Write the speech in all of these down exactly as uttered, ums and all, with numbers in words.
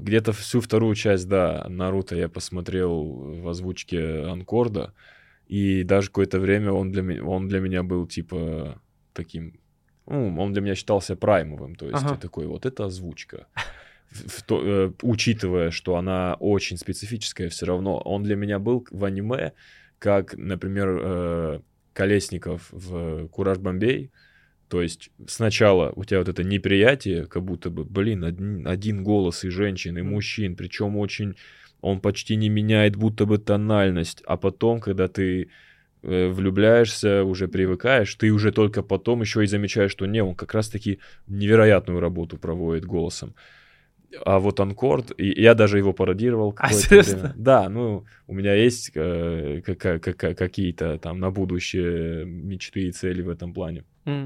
Где-то всю вторую часть, да, Наруто я посмотрел в озвучке Анкорда, и даже какое-то время он для, меня, он для меня был, типа, таким... Ну, он для меня считался праймовым, то есть ага. такой вот, это озвучка. В то, э, учитывая, что она очень специфическая, все равно он для меня был в аниме, как, например, э, Колесников в «Кураж Бомбей». То есть сначала у тебя вот это неприятие, как будто бы, блин, один, один голос и женщин, и мужчин, причем очень, он почти не меняет будто бы тональность, а потом, когда ты э, влюбляешься, уже привыкаешь, ты уже только потом еще и замечаешь, что не, он как раз-таки невероятную работу проводит голосом. А вот Анкорд, и я даже его пародировал какое-то а, время. Да, ну, у меня есть э, как, как, какие-то там на будущее мечты и цели в этом плане. Mm.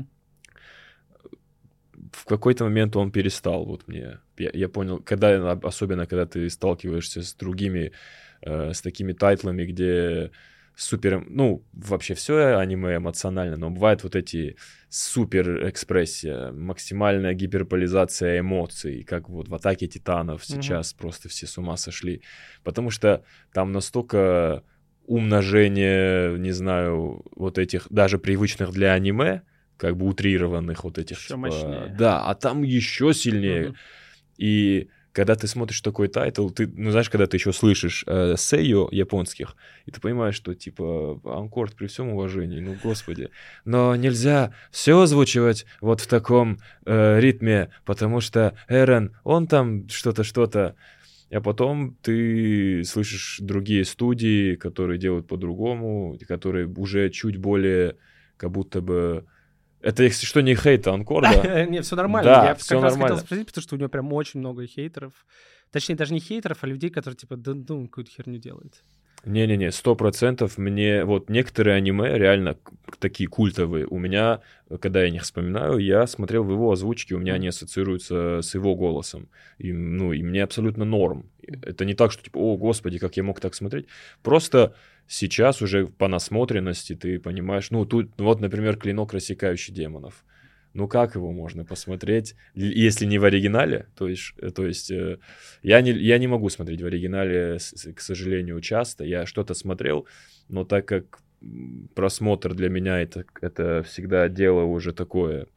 В какой-то момент он перестал вот мне. Я, я понял, когда, особенно когда ты сталкиваешься с другими, э, с такими тайтлами, где супер, ну, вообще все аниме эмоционально, но бывают вот эти супер экспрессия, максимальная гиперполизация эмоций, как вот в «Атаке титанов» сейчас mm-hmm. просто все с ума сошли, потому что там настолько умножение, не знаю, вот этих даже привычных для аниме, как бы утрированных вот этих, еще типа, мощнее. Да, а там еще сильнее. Mm-hmm. И когда ты смотришь такой тайтл, ты, ну, знаешь, когда ты еще слышишь э, сэйо японских, и ты понимаешь, что, типа, Анкорд, при всем уважении, ну, господи, но нельзя все озвучивать вот в таком э, ритме, потому что Эрен, он там что-то, что-то, а потом ты слышишь другие студии, которые делают по-другому, которые уже чуть более, как будто бы... Это, если что, не хейт, а Анкорда. Не, все нормально. Да, Я все как раз нормально. хотел спросить, потому что у него прям очень много хейтеров. Точнее, даже не хейтеров, а людей, которые, типа, да, ну, какую-то херню делают. Не-не-не, сто процентов мне... Вот некоторые аниме реально такие культовые. У меня, когда я их вспоминаю, я смотрел в его озвучке, у меня mm. они ассоциируются с его голосом. И, ну, и мне абсолютно норм. Это не так, что, типа, о, господи, как я мог так смотреть. Просто... Сейчас уже по насмотренности ты понимаешь, ну, тут, вот, например, «Клинок, рассекающий демонов». Ну, как его можно посмотреть, если не в оригинале? То есть, то есть э, я, не, я не могу смотреть в оригинале, к сожалению, часто. Я что-то смотрел, но так как просмотр для меня это, это всегда дело уже такое,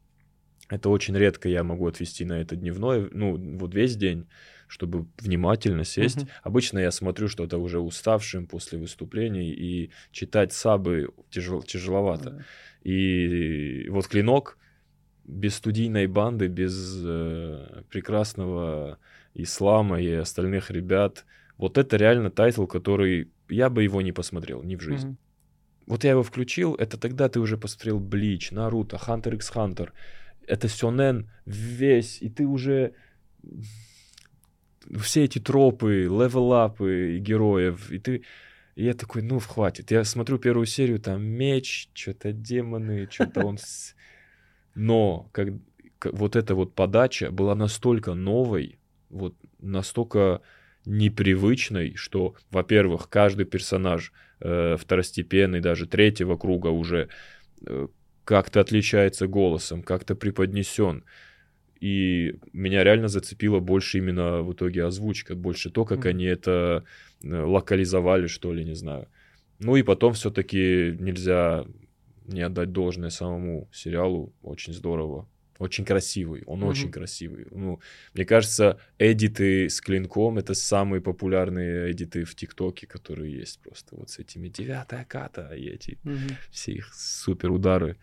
это очень редко я могу отвести на это дневное, ну, вот весь день, чтобы внимательно сесть. Mm-hmm. Обычно я смотрю что-то уже уставшим после выступлений, и читать сабы тяжел, тяжеловато. Mm-hmm. И вот «Клинок» без студийной банды, без э, прекрасного Ислама и остальных ребят, вот это реально тайтл, который... Я бы его не посмотрел ни в жизнь. Mm-hmm. Вот я его включил, это тогда ты уже посмотрел «Блич», «Наруто», «Хантер икс Хантер». Это сёнэн весь, и ты уже... Все эти тропы, левел-апы героев, и ты... И я такой, ну, хватит. Я смотрю первую серию, там меч, что-то демоны, что-то он... Но как, как, вот эта вот подача была настолько новой, вот настолько непривычной, что, во-первых, каждый персонаж э, второстепенный, даже третьего круга уже э, как-то отличается голосом, как-то преподнесен. И меня реально зацепило больше именно в итоге озвучка, больше то, как mm-hmm. они это локализовали, что ли, не знаю. Ну и потом все-таки нельзя не отдать должное самому сериалу, очень здорово. Очень красивый, он mm-hmm. очень красивый. Ну, мне кажется, эдиты с «Клинком» — это самые популярные эдиты в ТикТоке, которые есть просто вот с этими девятая ката и эти mm-hmm. все их супер удары.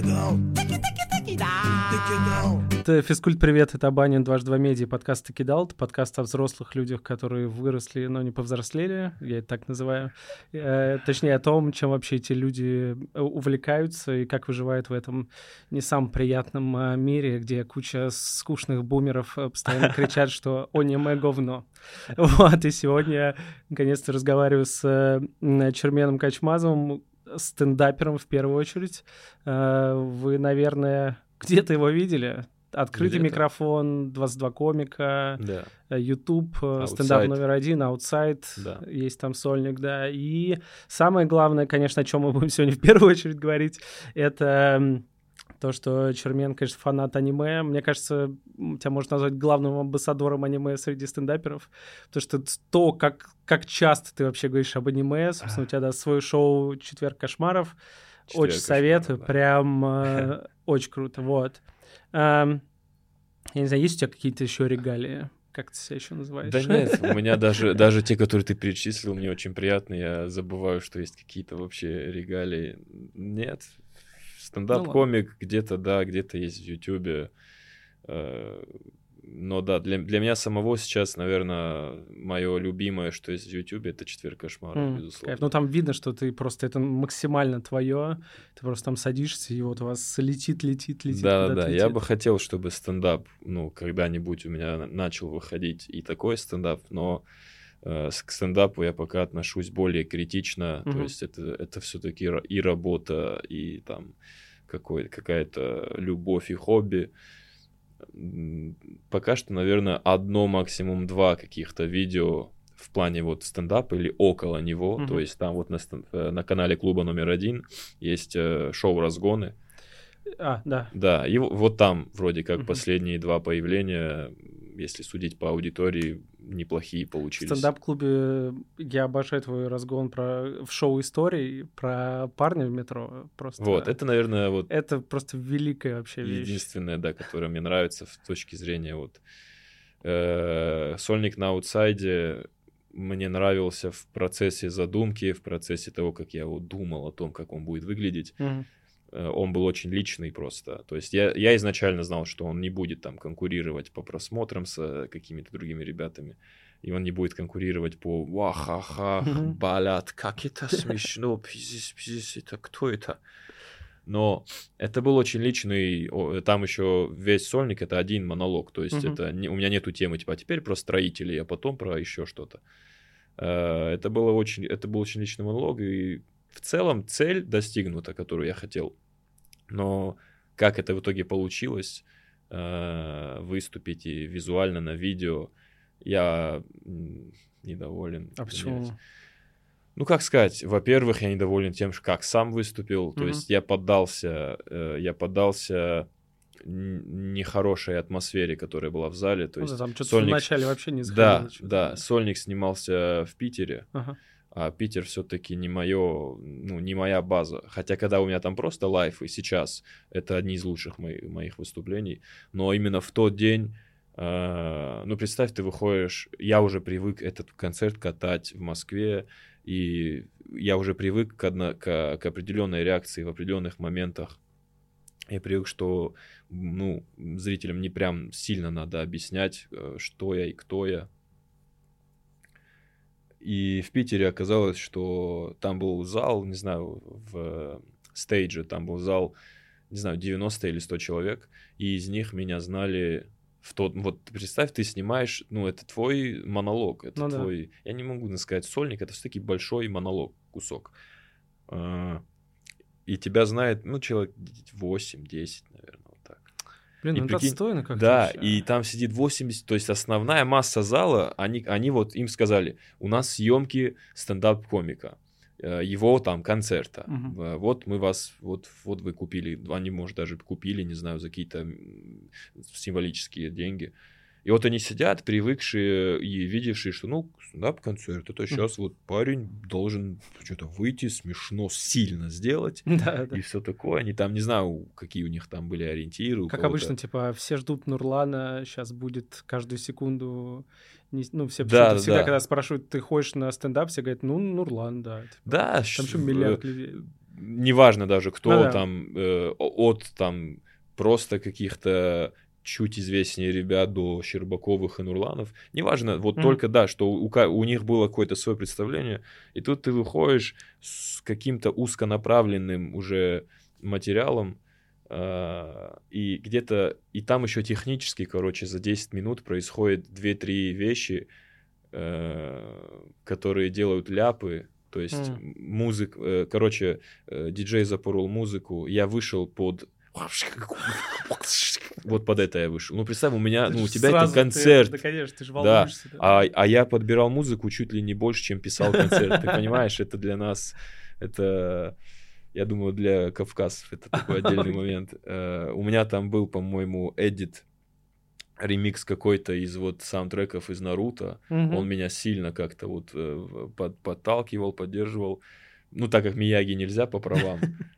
Это «Физкульт-привет», это Абанин, дважды два медиа, подкаст «Текидал», подкаст о взрослых людях, которые выросли, но не повзрослели, я это так называю. Э, точнее, о том, чем вообще эти люди увлекаются и как выживают в этом не самом приятном э, мире, где куча скучных бумеров постоянно кричат, что аниме говно. Вот, и сегодня я наконец-то разговариваю с Черменом Качмазовым, стендапером в первую очередь. Вы, наверное, где-то его видели? Открытый где-то. Микрофон, двадцать два комика, да. YouTube, Outside. Стендап номер один, Outside, да. Есть там сольник, да. И самое главное, конечно, о чем мы будем сегодня в первую очередь говорить, это То, что Чермен, конечно, фанат аниме. Мне кажется, тебя можно назвать главным амбассадором аниме среди стендаперов. Потому что то, как, как часто ты вообще говоришь об аниме, собственно, у тебя, да, свое шоу «Четверг кошмаров». Четверг Очень советую, да. прям э, очень круто, вот. Эм, я не знаю, есть у тебя какие-то еще регалии? Как ты себя еще называешь? Да нет, у меня даже, даже те, которые ты перечислил, мне очень приятно. Я забываю, что есть какие-то вообще регалии. Нет. Стендап-комик ну, где-то, да, где-то есть в Ютубе. Но да, для, для меня самого сейчас, наверное, мое любимое, что есть в Ютубе, это «Четверг кошмаров», mm, безусловно. Кайф. Ну, там видно, что ты просто, это максимально твое. Ты просто там садишься, и вот у вас летит, летит, летит. Да, да, летит. Я бы хотел, чтобы стендап, ну, когда-нибудь у меня начал выходить и такой стендап, но э, к стендапу я пока отношусь более критично. Mm-hmm. То есть это, это все-таки и работа, и там какой, какая-то любовь и хобби. Пока что, наверное, одно, максимум два каких-то видео в плане вот стендапа или около него. Mm-hmm. То есть там вот на, на канале клуба номер один есть э, шоу «Разгоны». А, да. Да, и вот там вроде как mm-hmm. последние два появления, если судить по аудитории, неплохие получились. В стендап-клубе я обожаю твой разгон про, в шоу «Истории» про парня в метро. Просто, вот, это, наверное, вот... Это просто великая вообще вещь. Единственное, да, которое мне нравится с точки зрения вот... Э, «Сольник на аутсайде» мне нравился в процессе задумки, в процессе того, как я вот думал о том, как он будет выглядеть. Mm-hmm. Он был очень личный просто. То есть я, я изначально знал, что он не будет там конкурировать по просмотрам с какими-то другими ребятами. И он не будет конкурировать по «Ва-ха-ха, mm-hmm. блядь, как это смешно, пиздец, пиздец, это кто это?» Но это был очень личный, там еще весь сольник — это один монолог. То есть mm-hmm. это не, у меня нету темы типа «а теперь про строителей, а потом про еще что-то». Это, было очень, это был очень личный монолог, и в целом цель достигнута, которую я хотел. Но как это в итоге получилось, э, выступить и визуально на видео, я недоволен. А почему? Нет. Ну, как сказать, во-первых, я недоволен тем, как сам выступил. Mm-hmm. То есть я поддался, э, я поддался нехорошей атмосфере, которая была в зале. То ну, есть да, там что-то Сольник... вначале вообще не заходило. Да, да, Сольник снимался в Питере. Uh-huh. А Питер все-таки не мое, ну, не моя база. Хотя, когда у меня там просто лайф, и сейчас это одни из лучших моих, моих выступлений. Но именно в тот день, э, ну, представь, ты выходишь, я уже привык этот концерт катать в Москве, и я уже привык к, одно, к, к определенной реакции в определенных моментах. Я привык, что, ну, зрителям не прям сильно надо объяснять, что я и кто я. И в Питере оказалось, что там был зал, не знаю, в стейдже, там был зал, не знаю, девяносто или сто человек, и из них меня знали в тот... Вот представь, ты снимаешь, ну, это твой монолог, это ну, твой... Да. Я не могу сказать сольник, это все-таки большой монолог, кусок. И тебя знает, ну, человек восемь-десять, наверное. Блин, и ну прикинь, это отстойно как-то. Да, вообще. И там сидит восемьдесят, то есть основная масса зала, они, они вот им сказали, у нас съемки стендап-комика, его там концерта. Uh-huh. Вот мы вас, вот, вот вы купили, они, может, даже купили, не знаю, за какие-то символические деньги. И вот они сидят, привыкшие и видевшие, что, ну, стендап-концерт, это сейчас вот парень должен что-то выйти, смешно, сильно сделать, да, и да. все такое. Они там, не знаю, какие у них там были ориентиры. Как обычно, типа, все ждут Нурлана, сейчас будет каждую секунду... Ну, все да, всегда, да. когда спрашивают, ты ходишь на стендап, все говорят, ну, Нурлан, да. Типа, да. Там еще миллиард людей. Неважно даже, кто ну, да. там, э, от там просто каких-то... чуть известнее ребят до Щербаковых и Нурланов. Неважно, вот mm-hmm. только, да, что у, у них было какое-то свое представление, и тут ты выходишь с каким-то узконаправленным уже материалом, э, и где-то, и там еще технически, короче, за десять минут происходит две-три вещи, э, которые делают ляпы, то есть mm-hmm. музыка, э, короче, э, диджей запорол музыку, я вышел под... Вот под это я вышел. Ну, представь, у меня, ты ну, у тебя это концерт. Ты, да, конечно, ты же волнуешься. Да. Да. А, а я подбирал музыку чуть ли не больше, чем писал концерт. Ты понимаешь, это для нас, это... Я думаю, для кавказцев это такой отдельный момент. У меня там был, по-моему, эдит, ремикс какой-то из вот саундтреков из Наруто. Он меня сильно как-то вот подталкивал, поддерживал. Ну, так как Мияги нельзя по правам.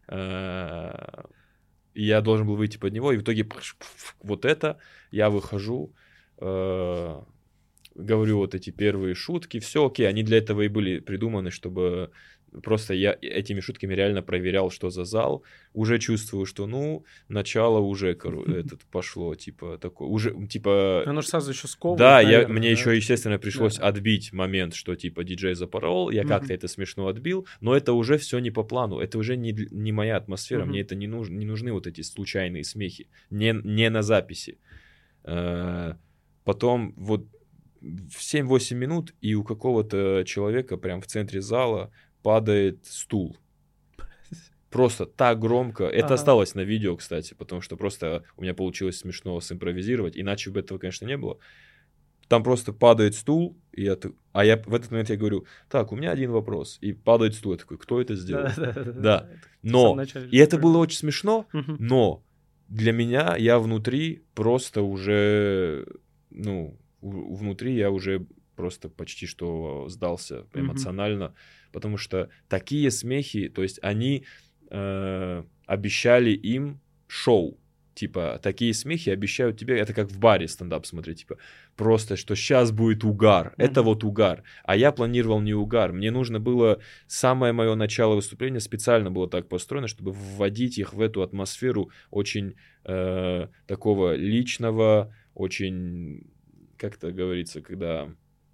И я должен был выйти под него, и в итоге вот это, я выхожу, э, говорю вот эти первые шутки, все окей, они для этого и были придуманы, чтобы просто я этими шутками реально проверял, что за зал, уже чувствую, что, ну, начало уже этот пошло, типа, такое, уже, типа... Оно же сразу еще сковывает, Да, я, наверное, мне да? еще, естественно, пришлось Да. отбить момент, что, типа, диджей запорол, я Мгм. как-то это смешно отбил, но это уже все не по плану, это уже не, дл- не моя атмосфера, Мгм. мне это не, нуж, не нужны вот эти случайные смехи, не, не на записи. Э, Потом вот в семь-восемь минут, и у какого-то человека прям в центре зала падает стул. Просто так громко. Это Ага. осталось на видео, кстати, потому что просто у меня получилось смешно симпровизировать, иначе бы этого, конечно, не было. Там просто падает стул, и я, так- а я в этот момент я говорю, так, у меня один вопрос. И падает стул, я такой, кто это сделал? Да-да-да. Да. Это в Но, самом начале и это прикольно. было очень смешно, Мгм. но для меня я внутри просто уже, ну, у- внутри я уже просто почти что сдался Мгм. эмоционально, потому что такие смехи, то есть они э, обещали им шоу, типа такие смехи обещают тебе, это как в баре стендап смотреть, типа просто, что сейчас будет угар, это Мгм. вот угар, а я планировал не угар, мне нужно было, самое мое начало выступления специально было так построено, чтобы вводить их в эту атмосферу очень э, такого личного, очень, как это говорится, когда,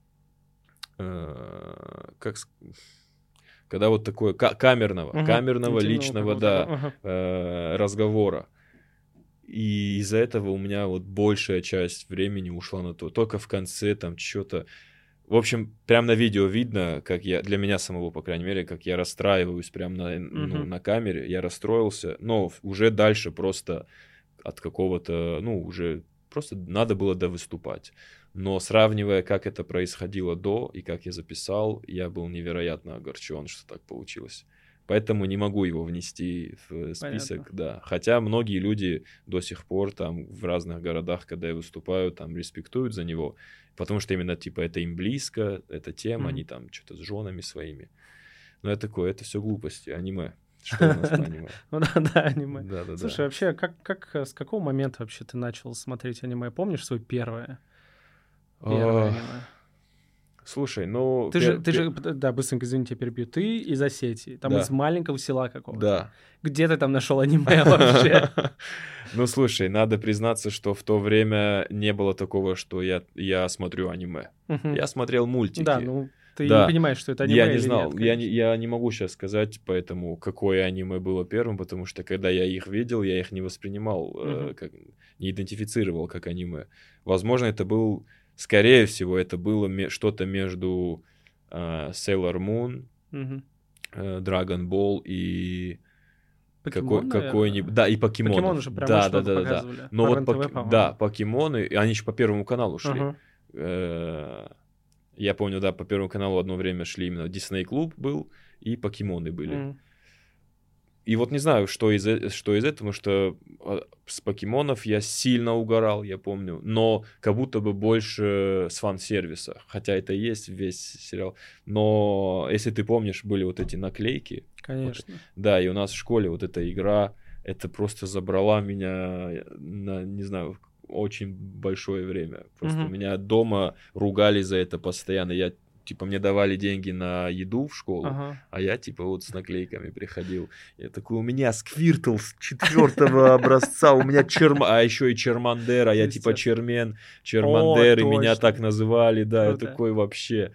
э, как, с- когда вот такое ка- камерного, Мгм. камерного, Интимного личного, какого-то, да, ага. э, разговора. И из-за этого у меня вот большая часть времени ушла на то. Только в конце там что-то... В общем, прям на видео видно, как я, для меня самого, по крайней мере, как я расстраиваюсь прям на, ну, Мгм. на камере. Я расстроился, но уже дальше просто от какого-то, ну, уже просто надо было довыступать. Но сравнивая, как это происходило до и как я записал, я был невероятно огорчен, что так получилось. Поэтому не могу его внести в список, Понятно. да. Хотя многие люди до сих пор там в разных городах, когда я выступаю, там респектуют за него, потому что именно типа это им близко, эта тема, Мгм. они там что-то с женами своими. Но я такой, это все глупости, аниме. Что у нас по аниме? Ну да, да, аниме. Да-да-да. Слушай, вообще, как, как, э, с какого момента вообще ты начал смотреть аниме? Помнишь свое первое? Первое А, аниме. Слушай, ну... Ты пер- же, ты пер- же, п- да, быстренько, извините, перебью. Ты из Осетии, там из Да, маленького села какого-то. да. Где ты там нашел аниме вообще? Ну, слушай, надо признаться, что в то время не было такого, что я, я смотрю аниме. Мгм. Я смотрел Да, мультики. ну ты не Да, понимаешь, что это я аниме не или знал, нет, я не, конечно. я не могу сейчас сказать, поэтому какое аниме было первым, потому что когда я их видел, я их не воспринимал, э, Мгм. как, не идентифицировал как аниме. Возможно, это был, скорее всего, это было ме- что-то между э, Sailor Moon, Мгм. э, Dragon Ball и какой, Покемон, какой-нибудь... наверное. Да, и Покемон покемонов. же прям Да, очень да, много да, да, да. показывали. Но По вот, РЕН-ТВ, поки- по-моему. да, покемоны, и они же по Первому каналу шли. Ага. Э, Я помню, да, по Первому каналу одно время шли именно Дисней Клуб был, и покемоны были. М. И вот не знаю, что из, э- что из этого, потому что а, с покемонов я сильно угорал, я помню, но как будто бы больше с фан-сервиса, хотя это и есть весь сериал. Но если ты помнишь, были вот эти наклейки, вот, Конечно. да, и у нас в школе вот эта игра, это просто забрала меня на, не знаю, очень большое время. Просто у Мгм. меня дома ругали за это постоянно. Я, типа, мне давали деньги на еду в школу, Ага. а я, типа, вот с наклейками приходил. Я такой, у меня Сквиртл с четвертого образца, у меня Черма... А еще и Чермандер, а я, типа, Естественно. Чермен, О, Чермандер, и меня точно. так называли, да, я Круто. такой вообще...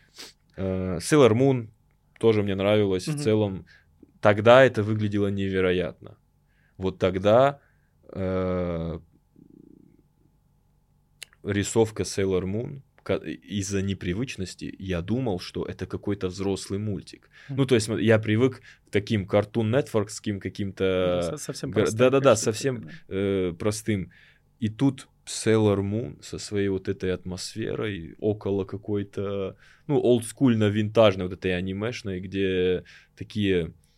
Э, Sailor Moon тоже мне нравилось. В Мгм. целом, тогда это выглядело невероятно. Вот тогда э, рисовка Sailor Moon, ка- из-за непривычности я думал, что это какой-то взрослый мультик. Мгм. Ну, то есть вот я привык к таким Cartoon Network'ским Да, каким-то... со- совсем гор- простая Да-да-да, какая-то совсем история, да. э, простым. И тут Sailor Moon со своей вот этой атмосферой, около какой-то, ну, олдскульно-винтажной вот этой анимешной, где такие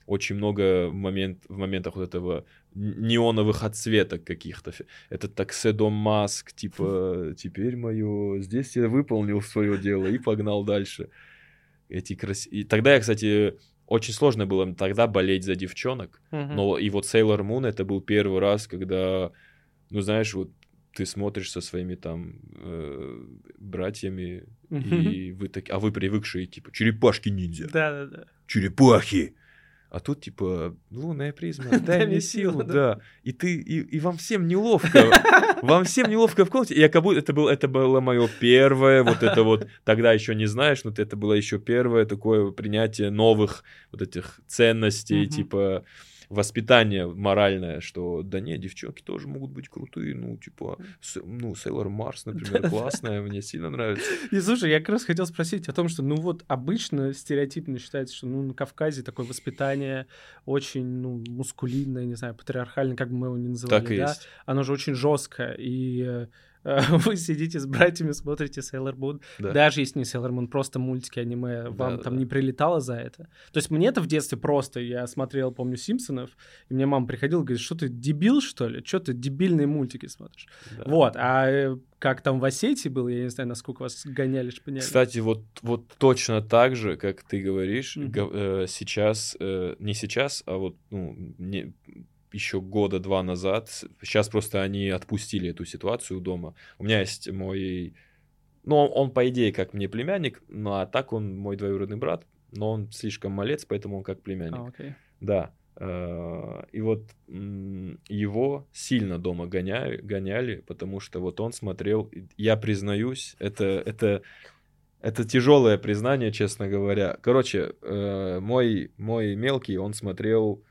очень много в, момент, в моментах вот этого неоновых отсветок каких-то. Это Такседо Маск, типа, теперь мое, здесь я выполнил свое дело и погнал дальше. Эти крас... И тогда я, кстати, очень сложно было тогда болеть за девчонок, uh-huh. но и вот Sailor Moon это был первый раз, когда, ну, знаешь, вот ты смотришь со своими там э, братьями, uh-huh. и вы так... а вы привыкшие, типа, черепашки-ниндзя. Да-да-да. Черепахи! А тут, типа, лунная призма, дай мне силу, да. И ты, и, и вам всем неловко. Вам всем неловко в комнате. Я как будто это, был, это было мое первое, вот это вот, тогда еще не знаешь, но это было еще первое такое принятие новых вот этих ценностей, типа воспитание моральное, что да не, девчонки тоже могут быть крутые, ну, типа, с, ну, Sailor Mars, например, классная, мне сильно нравится. И слушай, я как раз хотел спросить о том, что, ну, вот обычно стереотипно считается, что, ну, на Кавказе такое воспитание очень, ну, мускулинное, не знаю, патриархальное, как бы мы его ни называли, так и да, есть. Оно же очень жесткое, и... Вы сидите с братьями, смотрите Sailor Moon. Да. Даже если не Sailor Moon, просто мультики, аниме, вам да, там да. не прилетало за это. То есть мне-то в детстве просто, я смотрел, помню, Симпсонов, и мне мама приходила и говорит, что ты дебил, что ли? Что ты дебильные мультики смотришь? Да. Вот, а как там в Осетии было, я не знаю, насколько вас гоняли, шпыняли. Кстати, вот, вот точно так же, как ты говоришь, mm-hmm. го- э, сейчас, э, не сейчас, а вот, ну, не... еще года два назад. Сейчас просто они отпустили эту ситуацию дома. У меня есть мой... Ну, он, он по идее, как мне племянник, ну, а так он мой двоюродный брат, но он слишком малец, поэтому он как племянник. А, окей. Да. И вот его сильно дома гоняли, гоняли, потому что вот он смотрел... Я признаюсь, это... это Это тяжелое признание, честно говоря. Короче, мой, мой мелкий, он смотрел...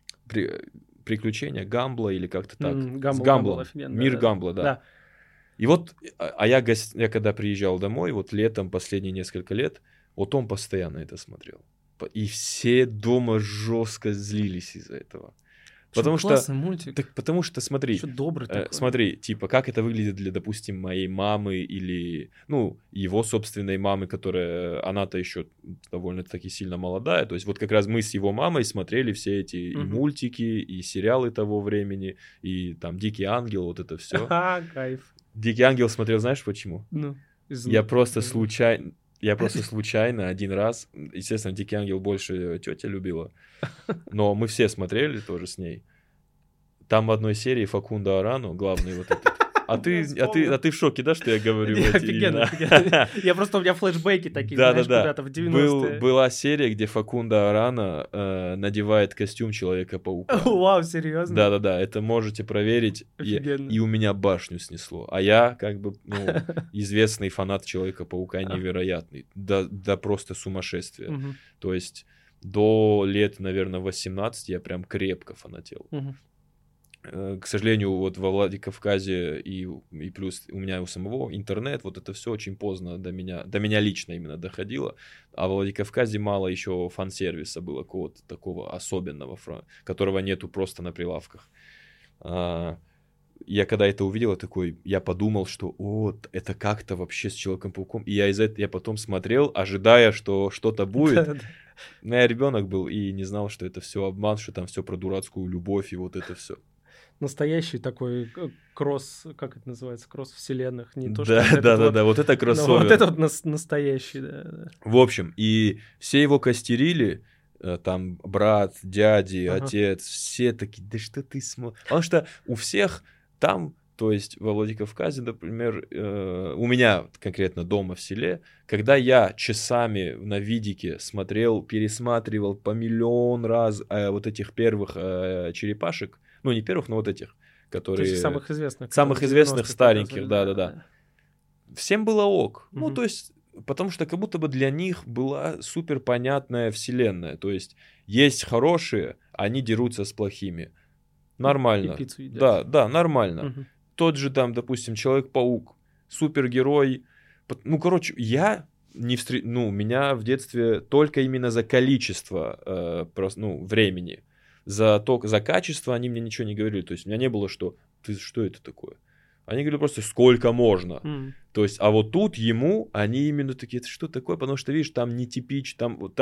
Приключения Гамбла или как-то так. Mm, Гамбл, с Гамблом. Гамбл, Мир да, Гамбла, да. да. И вот, а я, гость, я когда приезжал домой, вот летом, последние несколько лет, вот он постоянно это смотрел. И все дома жестко злились из-за этого. Потому что, классный мультик. Так, потому что, смотри, добрый э, смотри, типа, как это выглядит для, допустим, моей мамы или, ну, его собственной мамы, которая, она-то еще довольно-таки сильно молодая, то есть вот как раз мы с его мамой смотрели все эти uh-huh. и мультики, и сериалы того времени, и там «Дикий ангел», вот это все. Ага, кайф. «Дикий ангел» смотрел, знаешь почему? Ну, из... Я просто случайно... Я просто случайно один раз, естественно, «Дикий ангел» больше тетя любила, но мы все смотрели тоже с ней. Там в одной серии Факундо Арану, главный вот этот. А ты, а, ты, а ты в шоке, да, что я говорю? Я офигенно, офигенно. Я просто, у меня флешбеки такие, да, знаешь, да, да. куда-то в девяностые. Был, была серия, где Факундо Арана э, надевает костюм Человека-паука. Вау, серьезно? Да-да-да, это можете проверить. И, и у меня башню снесло. А я, как бы, ну, известный фанат Человека-паука невероятный. Да, да просто сумасшествие. Угу. То есть до лет, наверное, восемнадцати я прям крепко фанател. Угу. К сожалению, вот во Владикавказе и, и плюс у меня у самого интернет, вот это все очень поздно до меня, до меня лично именно доходило. А во Владикавказе мало еще фан-сервиса было какого-то такого особенного, которого нету просто на прилавках. Я когда это увидел, такой, я подумал, что о, это как-то вообще с Человеком-пауком. И я из этого я потом смотрел, ожидая, что что-то будет. Но я ребенок был и не знал, что это все обман, что там все про дурацкую любовь и вот это все. Настоящий такой кросс, как это называется, кросс вселенных, не то, да, что... Да, да, вот, да, вот это кроссовер. Вот это вот нас, настоящий, да, да. В общем, и все его костерили, там, брат, дяди, ага. отец, все такие, да что ты смотришь? Потому что у всех там, то есть во Владикавказе, например, э, у меня конкретно дома в селе, когда я часами на видике смотрел, пересматривал по миллион раз э, вот этих первых э, черепашек, ну не первых, но вот этих, которые... То есть самых известных. Самых известных, стареньких, да-да-да. Всем было ок. Угу. Ну то есть, потому что как будто бы для них была супер понятная вселенная. То есть, есть хорошие, они дерутся с плохими. Нормально. И пиццу едят. Да, да, нормально. Угу. Тот же там, допустим, Человек-паук, супергерой. Ну, короче, я не встр... ну, меня в детстве только именно за количество э, просто, ну, времени. За, то, за качество они мне ничего не говорили. То есть у меня не было, что ты что это такое? Они говорили просто, сколько можно. Mm. То есть, а вот тут ему, они именно такие, это что такое? Потому что, видишь, там нетипично, там, там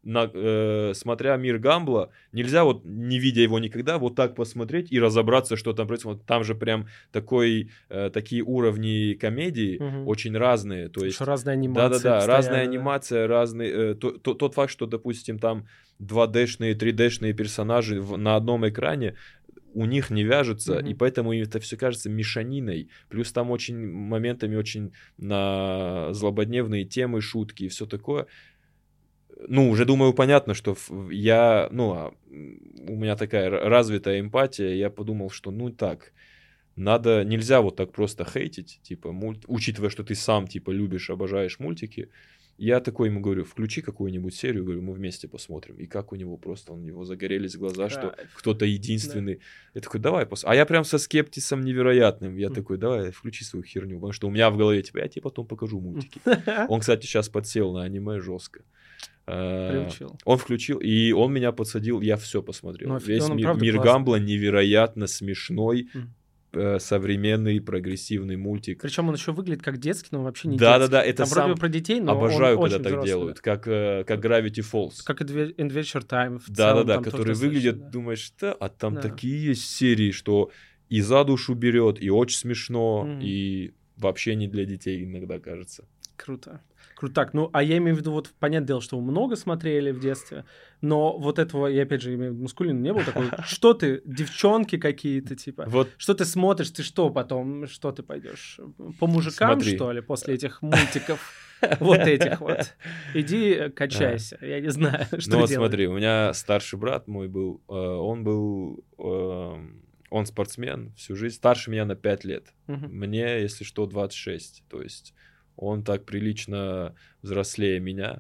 на, э, смотря «Мир Гамбла», нельзя вот, не видя его никогда, вот так посмотреть и разобраться, что там происходит. Там же прям такой, э, такие уровни комедии Мгм. очень разные. То есть, Еще разная анимация. да-да-да, постоянно, разная да. анимация, разный... э, то- то- тот факт, что, допустим, там два дэ-шные, три дэ-шные персонажи в- на одном экране, у них не вяжутся, Мгм. и поэтому им это все кажется мешаниной. Плюс там очень моментами очень на злободневные темы, шутки и все такое. Ну, уже думаю, понятно, что ф- я, ну, а, м, у меня такая р- развитая эмпатия, я подумал, что, ну, так, надо, нельзя вот так просто хейтить, типа, мульт, учитывая, что ты сам, типа, любишь, обожаешь мультики. Я такой ему говорю, включи какую-нибудь серию, говорю, мы вместе посмотрим. И как у него просто, у него загорелись глаза, что Кайф. кто-то единственный. Я такой, давай, пос... А я прям со скептисом невероятным. Я Мгм. такой, давай, включи свою херню. Потому что у меня в голове, типа, я тебе потом покажу мультики. Он, кстати, сейчас подсел на аниме жестко. А, Приучил. Он включил, и он меня подсадил, я все посмотрел. Ну, Весь он, ми- правда, «Мир классный. Гамбла» невероятно смешной, Мгм. э, современный, прогрессивный мультик. Причем он еще выглядит как детский, но вообще не Да-да-да, детский. это Там вроде сам бы про детей, но Обожаю, он когда очень так взрослый. делают, как, э, как Gravity Falls. Как Adve- Adventure Time в целом. Да-да-да, там тоже которые достаточно, выглядят, да. думаешь, что, а там Да. такие есть серии, что и за душу берет, и очень смешно, Мгм. и вообще не для детей иногда кажется. Круто. Круто. Так, ну, а я имею в виду, вот, понятное дело, что вы много смотрели в детстве, но вот этого, я опять же имею в виду, мускулина не было такой, что ты, девчонки какие-то, типа, Вот что ты смотришь, ты что потом, что ты пойдешь? По мужикам, Смотри. что ли, после этих мультиков? Вот этих вот. Иди качайся, я не знаю, что Ну вот делать. смотри, у меня старший брат мой был, э, он был, э, он спортсмен всю жизнь, старше меня на пять лет. Мгм. Мне, если что, двадцать шесть. То есть он так прилично взрослее меня.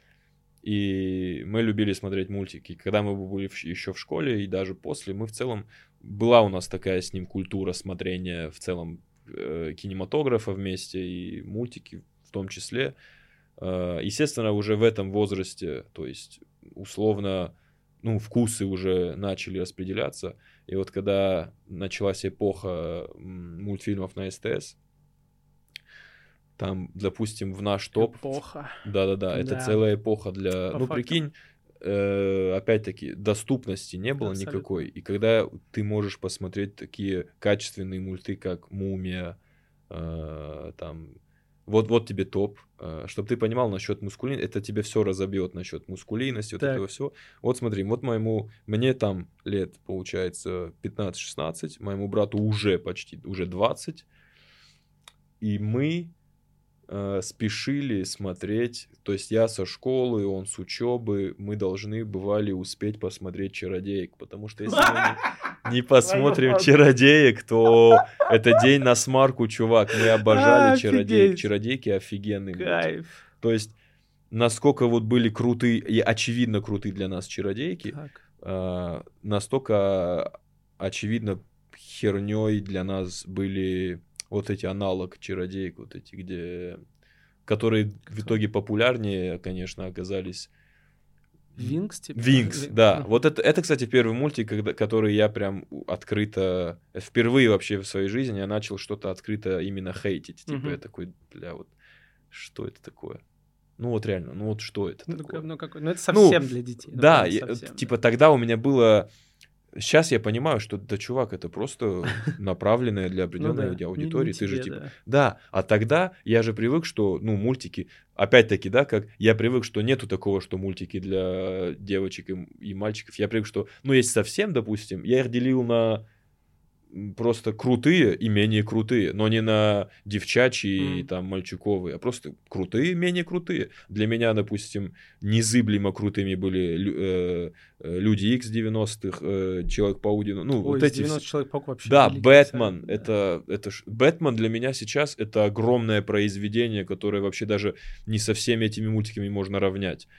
И мы любили смотреть мультики. Когда мы были в- еще в школе и даже после, мы в целом... Была у нас такая с ним культура смотрения в целом э, кинематографа вместе и мультики в том числе. Э, естественно, уже в этом возрасте, то есть условно, ну, вкусы уже начали распределяться. И вот когда началась эпоха м, мультфильмов на СТС, там, допустим, в наш топ... Эпоха. Да-да-да, это Да. целая эпоха для... По ну, факту. прикинь, э, опять-таки, доступности не было Абсолютно. никакой. И когда ты можешь посмотреть такие качественные мульты, как «Мумия», э, там... Вот, вот тебе топ. Чтобы ты понимал насчет мускулин, это тебе все разобьет насчет мускулинности, вот Так. этого всего. Вот смотри, вот моему, мне там лет, получается, пятнадцать-шестнадцать, моему брату уже почти, уже двадцать, и мы э, спешили смотреть, то есть я со школы, он с учебы, мы должны бывали успеть посмотреть «Чародеек», потому что если мы не, не посмотрим Твою «Чародеек», то это день на смарку, чувак, мы обожали «Чародеек», Офигеть. «Чародейки» офигенный мультик. Кайф. То есть насколько вот были крутые, и очевидно крутые для нас «Чародейки», Так. э, настолько очевидно херней для нас были вот эти аналог «Чародеек», вот эти, где... которые в итоге популярнее, конечно, оказались. Винкс, типа? Винкс, Ви- да. Мгм. Вот это, это, кстати, первый мультик, когда, который я прям открыто... Впервые вообще в своей жизни я начал что-то открыто именно хейтить. Типа Мгм. я такой, бля, вот что это такое? Ну вот реально, ну вот что это Ну, такое? ну, какой- ну, это совсем для детей. ну, Да, прям я- совсем, типа да. тогда у меня было... Сейчас я понимаю, что, да, чувак, это просто направленное для Ну определенной да, не- аудитории. не Ты же тебе, типа... да. Да, а тогда я же привык, что, ну, мультики... Опять-таки, да, как я привык, что нету такого, что мультики для девочек и, м- и мальчиков. Я привык, что, ну, есть совсем, допустим, я их делил на м, просто крутые и менее крутые, но не на девчачьи и Мгм. там мальчиковые, а просто крутые и менее крутые. Для меня, допустим, незыблемо крутыми были лю- э, э, Люди Икс девяностых, э, Человек-паук, девяностых, ну, Ой, вот из эти все. девяностых Человек-паук вообще Да, великий Бэтмен, абсолютно, да. это, это ж- Бэтмен для меня сейчас это огромное произведение, которое вообще даже не со всеми этими мультиками можно равнять.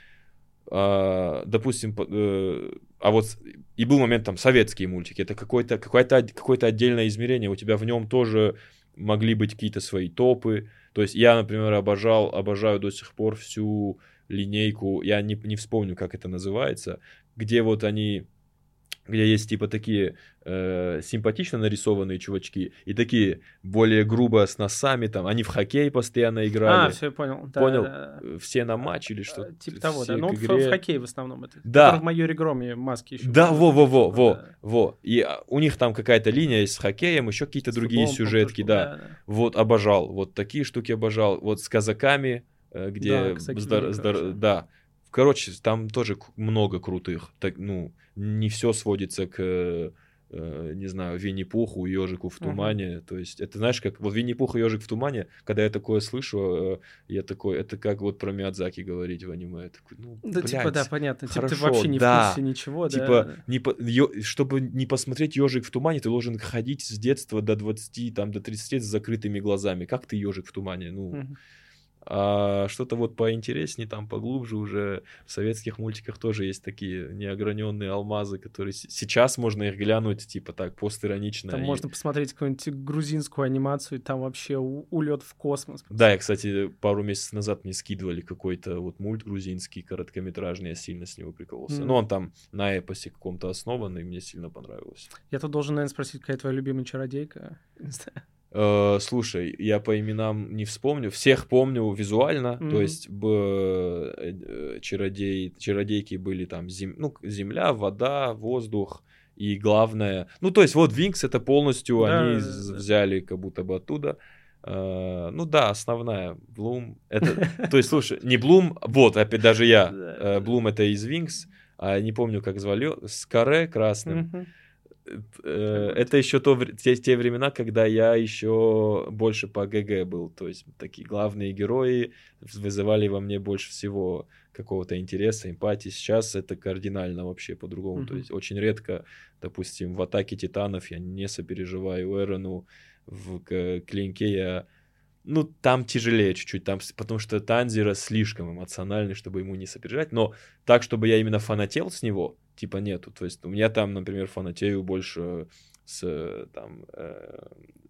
А, допустим, по- э, а вот с- и был момент там советские мультики, это какое-то какое-то од- какое-то отдельное измерение, у тебя в нем тоже могли быть какие-то свои топы. То есть я, например, обожал, обожаю до сих пор всю линейку, я не, не вспомню, как это называется, где вот они где есть типа такие э, симпатично нарисованные чувачки и такие более грубо с носами, там, они в хоккей постоянно играли. А, все, понял. Да, Понял? да, да. Все на матч или что? Типа того, все да. Ну, к в, игре. в хоккей в основном это. Да. Который в «Майоре Громе» маски еще. Да, во-во-во, во, Да. во. И а, у них там какая-то линия есть с хоккеем, еще какие-то С другие футболом, сюжетки, по-моему, да. тоже был. Да, да. Вот, обожал. Вот такие штуки обожал. Вот с казаками, э, где... Да, казаки сдар- великие сдар- вообще. да. Короче, там тоже к- много крутых. Так, ну, не все сводится к, э, э, не знаю, Винни-Пуху, Ежику в Мгм. тумане. То есть это, знаешь, как вот Винни-Пух и Ежик в тумане, когда я такое слышу, э, я такой, это как вот про Миядзаки говорить в аниме. Я такой, ну, Да, типа, да, блядь, понятно. Типа, ты хорошо, вообще не да. в курсе ничего, да. Типа, не по- ё- чтобы не посмотреть «Ежик в тумане», ты должен ходить с детства до двадцати, там, до тридцати лет с закрытыми глазами. Как ты «Ежик в тумане»? Ну, Мгм. а что-то вот поинтереснее, там, поглубже уже в советских мультиках тоже есть такие неограненные алмазы, которые с- сейчас можно их глянуть, типа так, постиронично. Там и- можно посмотреть какую-нибудь грузинскую анимацию, там вообще у- улет в космос. Да, я, кстати, пару месяцев назад мне скидывали какой-то вот мульт грузинский, короткометражный, я сильно с него прикололся. Мгм. Ну, он там на эпосе каком-то основан, и мне сильно понравилось. Я тут должен, наверное, спросить, какая твоя любимая чародейка? Не знаю. Э, слушай, я по именам не вспомню. Всех помню визуально. Мгм. То есть б- э, чародей, чародейки были там зем- ну, земля, вода, воздух. И главное... Ну, то есть вот Винкс это полностью Да, они да, з- да. взяли как будто бы оттуда. Э, ну да, основная. Блум. Это, то есть, слушай, не Блум, вот, опять даже я. Да, Э, да. Блум это из Винкс, а не помню, как звали. С каре красным. Мгм. Э, Это еще то, вре- те, те времена, когда я еще больше по ГГ был. То есть такие главные герои вызывали во мне больше всего какого-то интереса, эмпатии. Сейчас это кардинально вообще по-другому. То Мгм. есть очень редко, допустим, в «Атаке титанов» я не сопереживаю Эрону, в к- «Клинке» я... Ну, там тяжелее чуть-чуть, там, с- потому что Танзира слишком эмоциональный, чтобы ему не сопереживать, но так, чтобы я именно фанател с него, типа нету. То есть у меня там, например, фанатею больше с, э, там, э,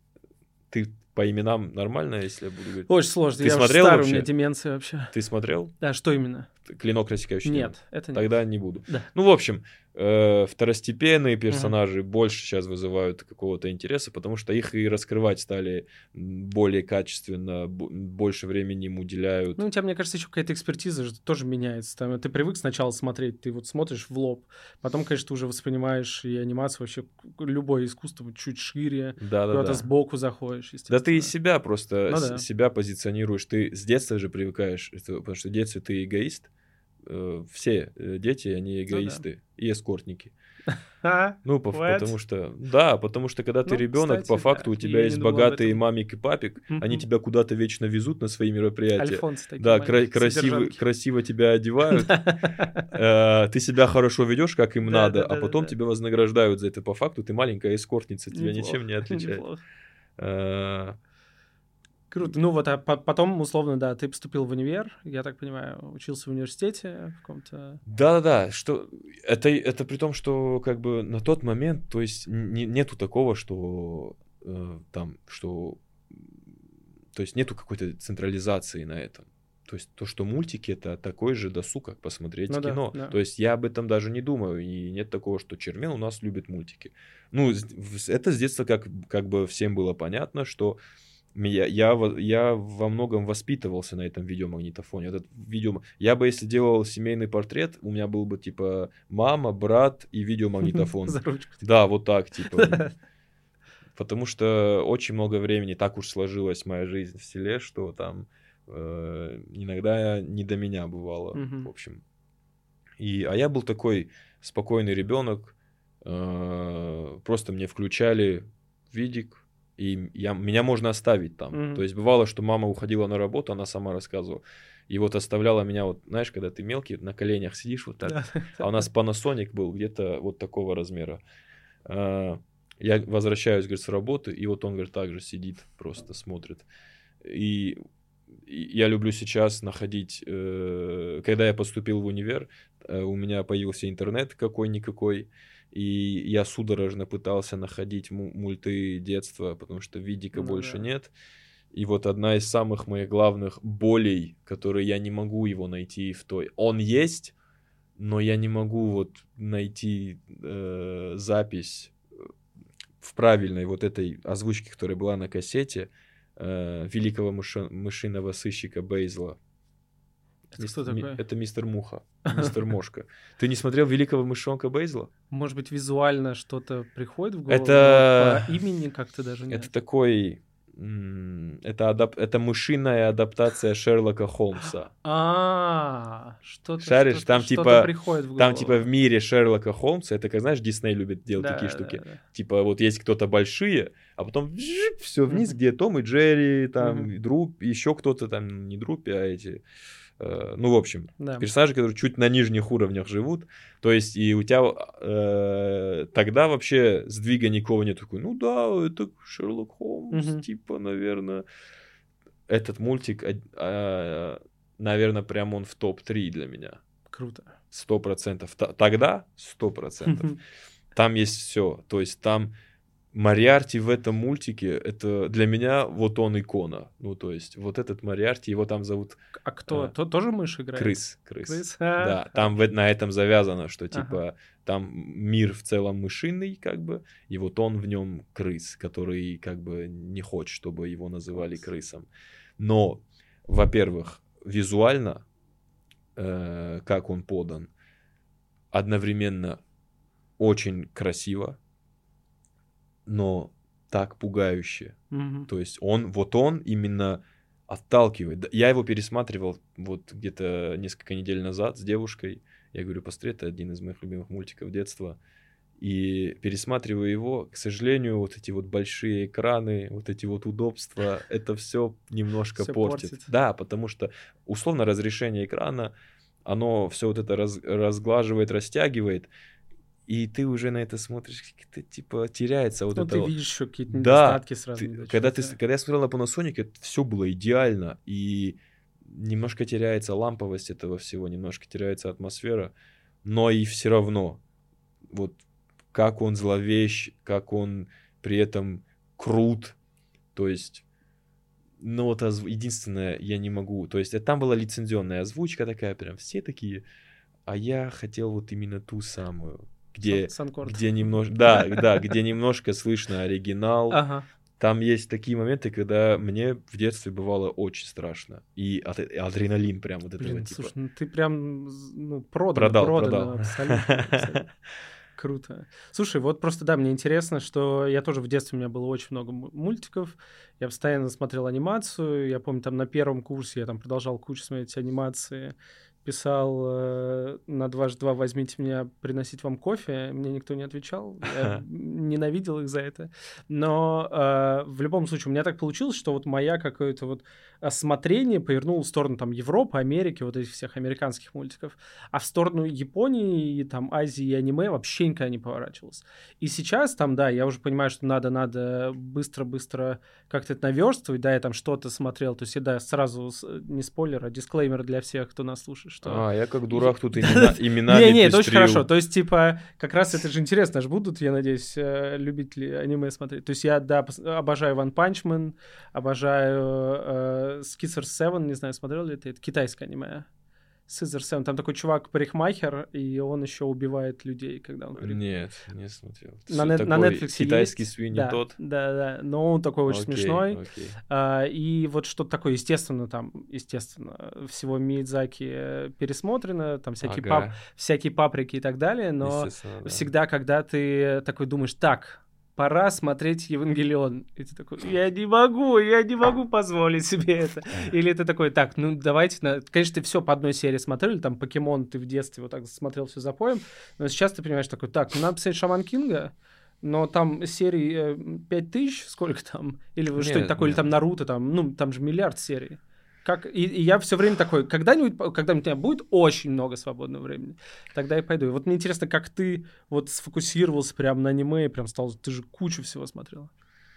ты по именам нормально, если я буду говорить? Очень сложно. Ты Я уже смотрел старый, у меня вообще? деменция вообще. Ты смотрел Да, что именно? «Клинок, рассекающий небо»? Нет, это нет. Тогда не буду. Да. Ну, в общем, э, второстепенные персонажи больше сейчас вызывают какого-то интереса, потому что их и раскрывать стали м, более качественно, бо- больше времени им уделяют. Ну, у тебя, мне кажется, еще какая-то экспертиза же тоже меняется. Там, ты привык сначала смотреть, ты вот смотришь в лоб, потом, конечно, ты уже воспринимаешь и анимацию, вообще к- любое искусство чуть шире, куда-то Да-да-да. сбоку заходишь, Да естественно. ты и себя просто, Ну с- да. себя позиционируешь. Ты с детства же привыкаешь, это- потому что в детстве ты эгоист. Э, Все э, дети, они Ну да. эгоисты и эскортники. А? Ну, по- What? потому что, да, потому что когда ты Ну, ребенок, кстати, по да, факту у тебя я есть не думал об богатые этом. мамик и папик, они Мгм. тебя куда-то вечно везут на свои мероприятия. Альфонсы такие Да, кра- маленькие, красиво, содержанки. красиво тебя одевают, Да. э, ты себя хорошо ведешь, как им Да, надо, да, а да, потом да. тебя вознаграждают за это. По факту ты маленькая эскортница, тебя ничем не Неплохо, отличает. неплохо. Э, Круто. Ну вот, а по- потом, условно, да, ты поступил в универ, я так понимаю, учился в университете в каком-то... Да-да-да, что это, это при том, что как бы на тот момент, то есть не- нету такого, что э, там, что, то есть нету какой-то централизации на этом. То есть то, что мультики это такой же досуг, как посмотреть Ну да, кино. да. То есть я об этом даже не думаю, и нет такого, что Чермен у нас любит мультики. Ну, с- в- это с детства как, как бы всем было понятно, что я, я, во- я во многом воспитывался на этом видеомагнитофоне. Этот видео... Я бы, если делал семейный портрет, у меня был бы, типа, мама, брат и видеомагнитофон. За ручку. Да, вот так, типа. Потому что очень много времени так уж сложилась моя жизнь в селе, что там э, иногда не до меня бывало, Мгм. в общем. И, а я был такой спокойный ребенок, э, просто мне включали видик, и я, меня можно оставить там. Мгм. То есть бывало, что мама уходила на работу, она сама рассказывала, и вот оставляла меня, вот знаешь, когда ты мелкий, на коленях сидишь вот так, Да. а у нас Panasonic был где-то вот такого размера. А, Я возвращаюсь, говорит, с работы, и вот он, говорит, так же сидит, просто смотрит. И и я люблю сейчас находить, э, когда я поступил в универ, э, у меня появился интернет какой-никакой, и я судорожно пытался находить му- мульты детства, потому что видика Ну больше да. нет. И вот одна из самых моих главных болей, которые я не могу его найти в той... Он есть, но я не могу вот найти э, запись в правильной вот этой озвучке, которая была на кассете, э, великого мыши- мышиного сыщика Бейзла. Это Мис- кто ми- такой? Это мистер Муха, мистер Мошка. Ты не смотрел великого мышонка Бейзла? Может быть, визуально что-то приходит в голову, Это- но по имени как-то даже нет. Это такой... м, Это, адап- это мышиная адаптация Шерлока Холмса. А, что-то, Шаришь, что-то- там что-то типа- приходит в голову. Там типа в мире Шерлока Холмса, это как, знаешь, Дисней любит делать Да, такие да, штуки. да. Типа вот есть кто-то большие, а потом все вниз, Мгм. где Том и Джерри, там Мгм. и Друп, еще кто-то там, не Друпи, а эти... э, ну, в общем, Да. персонажи, которые чуть на нижних уровнях живут. То есть и у тебя э, тогда вообще сдвига никого нет. Такой, ну да, это Шерлок Холмс, Мгм. типа, наверное. Этот мультик, э, э, наверное, прям он в топ три для меня. Круто. Сто процентов. Т- Тогда сто процентов. Там есть все. То есть там Мориарти в этом мультике, это для меня вот он икона. Ну, то есть вот этот Мориарти, его там зовут А кто? А, То- тоже мышь играет? Крыс. Крыс. Крыс? Да, А, там в- на этом завязано, что Ага. типа там мир в целом мышиный, как бы, и вот он в нем крыс, который как бы не хочет, чтобы его называли крысом. Но, во-первых, визуально, э, как он подан, одновременно очень красиво, но так пугающе. Мгм. То есть он, вот он именно отталкивает. Да, я его пересматривал вот где-то несколько недель назад с девушкой. Я говорю, посмотри, это один из моих любимых мультиков детства. И пересматривая его, к сожалению, вот эти вот большие экраны, вот эти вот удобства, это все немножко Всё портит. портит. Да, потому что условно разрешение экрана, оно все вот это раз- разглаживает, растягивает, и ты уже на это смотришь, как-то типа теряется вот Ну, это. ты вот. видишь еще какие-то Да, недостатки сразу. Ты- да, когда, ты, с- чё-то. когда я смотрел на Panasonic, это все было идеально, и немножко теряется ламповость этого всего, немножко теряется атмосфера, но и все равно, вот как он зловещ, как он при этом крут, то есть, ну вот озв- единственное, я не могу, то есть э, там была лицензионная озвучка такая, прям все такие, а я хотел вот именно ту самую, где, Сан- Санкорд. где немножко, да, да, где немножко слышно оригинал. Ага. Там есть такие моменты, когда мне в детстве бывало очень страшно. И ад- адреналин прям вот этого Блин, типа. слушай, ну ты прям з- ну, продан, Продал, продан, продал. абсолютно, абсолютно. Круто. Слушай, вот просто, да, мне интересно, что я тоже в детстве, у меня было очень много м- мультиков, я постоянно смотрел анимацию, я помню, там на первом курсе я там продолжал кучу смотреть анимации, писал э, на дважды два «возьмите меня приносить вам кофе», мне никто не отвечал, я ненавидел их за это, но э, в любом случае у меня так получилось, что вот моя какое-то вот осмотрение повернуло в сторону там Европы, Америки, вот этих всех американских мультиков, а в сторону Японии, и, там Азии и аниме вообще никогда не поворачивалось. И сейчас там, да, я уже понимаю, что надо, надо быстро-быстро как-то это наверстывать, да, я там что-то смотрел, то есть я, да, сразу, с- не спойлер, а дисклеймер для всех, кто нас слушает, что... А, я как дурак тут имена, именами Не-не, это очень пестрил. хорошо. То есть, типа, как раз это же интересно, аж будут, я надеюсь, э, любители аниме смотреть. То есть я, да, пос- обожаю One Punch Man, обожаю э, Scissor Seven, не знаю, смотрел ли ты, это китайское аниме. Scissor Seven, там такой чувак-парикмахер, и он еще убивает людей, когда он парик- Нет, не смотрел. На, Всё нет- на такой Netflix китайский есть. Свинни да, Тодд. Да, да, но он такой очень Окей, смешной. окей. А, и вот что-то такое, естественно, там, естественно, всего Миядзаки э, пересмотрено, там всякие, Ага, пап, всякие паприки и так далее, но естественно, да. всегда, когда ты такой думаешь, так, пора смотреть Евангелион, и ты такой, я не могу, я не могу позволить себе это. Или ты такой, так, ну давайте, на... конечно, ты все по одной серии смотрели, там Покемон ты в детстве вот так смотрел все за поем, но сейчас ты понимаешь такой, так, ну надо посмотреть Шаман Кинга, но там серий э, пять тысяч, сколько там, или Нет, что-нибудь такое, или нет. там Наруто, там, ну, там же миллиард серий. Как... И, и я все время такой, когда-нибудь, когда-нибудь у меня будет очень много свободного времени, тогда я пойду. И вот мне интересно, как ты вот сфокусировался прям на аниме, и прям стал, ты же кучу всего смотрел.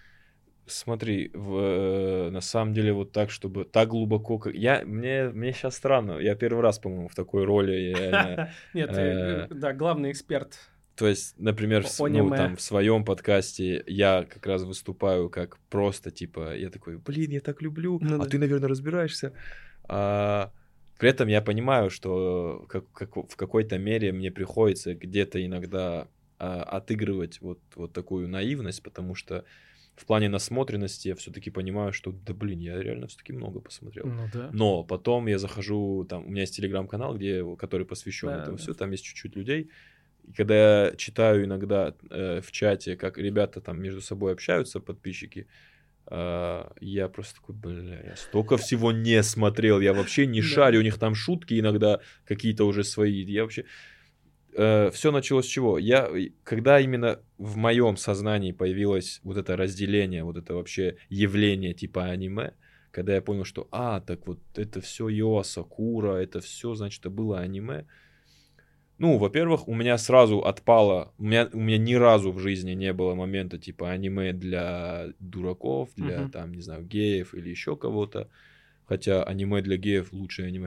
Смотри, в, э, на самом деле вот так, чтобы так глубоко... как- Я, мне, мне сейчас странно, я первый раз, по-моему, в такой роли. я- Нет, ты, э, да, главный эксперт. То есть, например, в, с- О- ну, аниме. там, в своем подкасте я как раз выступаю как просто, типа, я такой, блин, я так люблю, Ну а да. ты, наверное, разбираешься. А При этом я понимаю, что как, как, в какой-то мере мне приходится где-то иногда а, отыгрывать вот, вот такую наивность, потому что в плане насмотренности я все-таки понимаю, что, да блин, я реально все-таки много посмотрел. Ну да. Но потом я захожу, там, у меня есть телеграм-канал, где, который посвящен Да, этому да. все, там есть чуть-чуть людей. И когда я читаю иногда э, в чате, как ребята там между собой общаются, подписчики, э, я просто такой, бля, я столько всего не смотрел, я вообще не Да. шарю, у них там шутки иногда какие-то уже свои, я вообще... Э, все началось с чего? Я, когда именно в моем сознании появилось вот это разделение, вот это вообще явление типа аниме, когда я понял, что, а, так вот это все Йо Сакура, это все, значит, было аниме. Ну, во-первых, у меня сразу отпало, у меня, у меня ни разу в жизни не было момента типа аниме для дураков, для, Мгм. там, не знаю, геев или еще кого-то. Хотя аниме для геев лучшее аниме.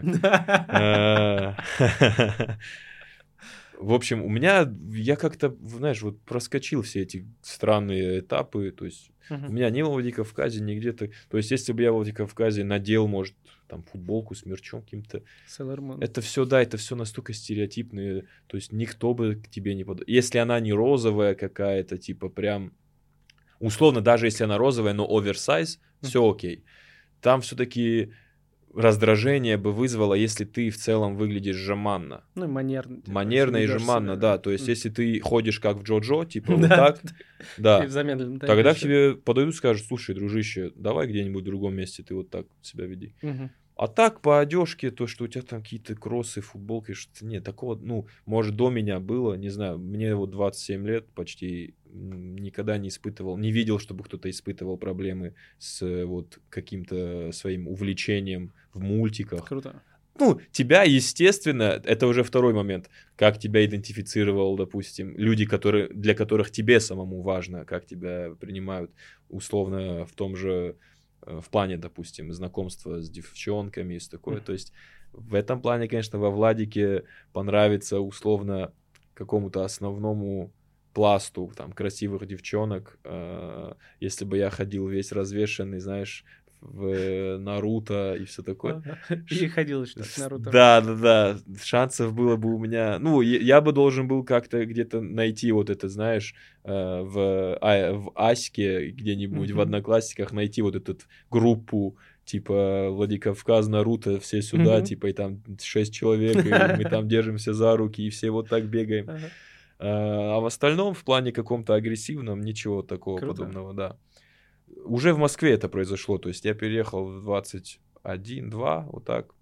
Э, В общем, у меня, я как-то, знаешь, вот проскочил все эти странные этапы, то есть у Мгм. меня ни в Владикавказе, ни где-то, то есть если бы я в Владикавказе надел, может, там, футболку с мерчом каким-то, Sailor Moon. это все, да, это все настолько стереотипные, то есть никто бы к тебе не подошел. Если она не розовая какая-то, типа прям, условно, даже если она розовая, но оверсайз, все окей. Там все-таки раздражение бы вызвало, если ты в целом выглядишь жеманно. Ну и манерно. типа, Манерно и ведёшь жеманно, себя. да. То есть, М. если ты ходишь как в Джо-Джо, типа вот Да, так, И в да, замедленном темпе тогда к всё. тебе подойдут и скажут, слушай, дружище, давай где-нибудь в другом месте ты вот так себя веди. Мгм. А так по одежке, то, что у тебя там какие-то кроссы, футболки, что-то нет, такого, ну, может, до меня было, не знаю, мне вот двадцать семь лет почти, м, никогда не испытывал, не видел, чтобы кто-то испытывал проблемы с э, вот каким-то своим увлечением в мультиках. Круто. Ну, тебя, естественно, это уже второй момент, как тебя идентифицировал, допустим, люди, которые, для которых тебе самому важно, как тебя принимают, условно, в том же, э, в плане, допустим, знакомства с девчонками, с такое. Мгм. То есть в этом плане, конечно, во Владике понравится, условно, какому-то основному пласту, там, красивых девчонок. э, Если бы я ходил весь развешенный, знаешь, в Наруто и все такое. Ага. И ходил еще так, С- Наруто. Да, да, да. Шансов было бы у меня. Ну, я, я бы должен был как-то где-то найти вот это, знаешь, э, в, а, в Аське где-нибудь, в Мгм. Одноклассниках найти вот эту группу, типа Владикавказ, Наруто, все сюда, Мгм. типа, и там шесть человек, и мы там держимся за руки, и все вот так бегаем. Ага. А а в остальном, в плане каком-то агрессивном, ничего такого Круто. подобного, да. Уже в Москве это произошло, то есть я переехал в двадцать один два, вот так.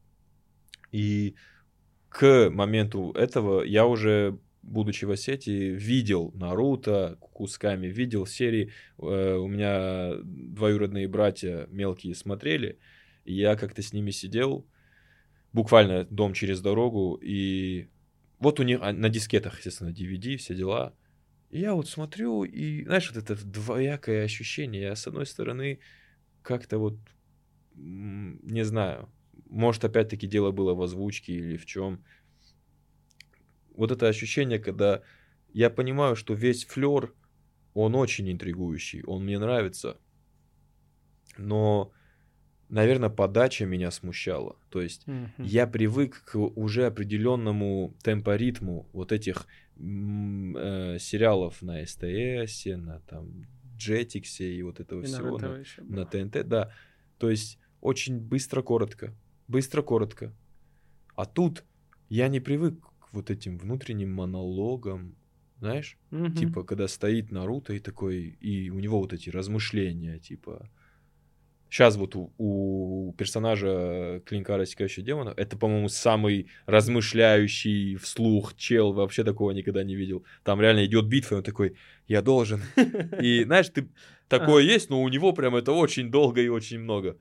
И к моменту этого я уже, будучи в Осетии, видел Наруто кусками, видел серии. Э, У меня двоюродные братья мелкие смотрели, и я как-то с ними сидел, буквально дом через дорогу, и вот у них а, на дискетах, естественно, ди ви ди, все дела. И я вот смотрю, и, знаешь, вот это двоякое ощущение. Я, с одной стороны, как-то вот, м, не знаю, может, опять-таки дело было в озвучке или в чем. Вот это ощущение, когда я понимаю, что весь флер, он очень интригующий, он мне нравится, но, наверное, подача меня смущала. То есть Мгм. я привык к уже определенному темпоритму вот этих м, э, сериалов на эс тэ эс, на там Джетиксе и вот этого И на всего, на, РЕН-ТВ еще на было. тэ эн тэ, да. То есть очень быстро-коротко, быстро-коротко. А тут я не привык к вот этим внутренним монологам, знаешь, Мгм. типа, когда стоит Наруто и такой, и у него вот эти размышления, типа... Сейчас вот у, у персонажа Клинка Рассекающего Демона, это, по-моему, самый размышляющий вслух чел, вообще такого никогда не видел. Там реально идет битва, и он такой, я должен. И, знаешь, ты такое Ага. есть, но у него прям это очень долго и очень много.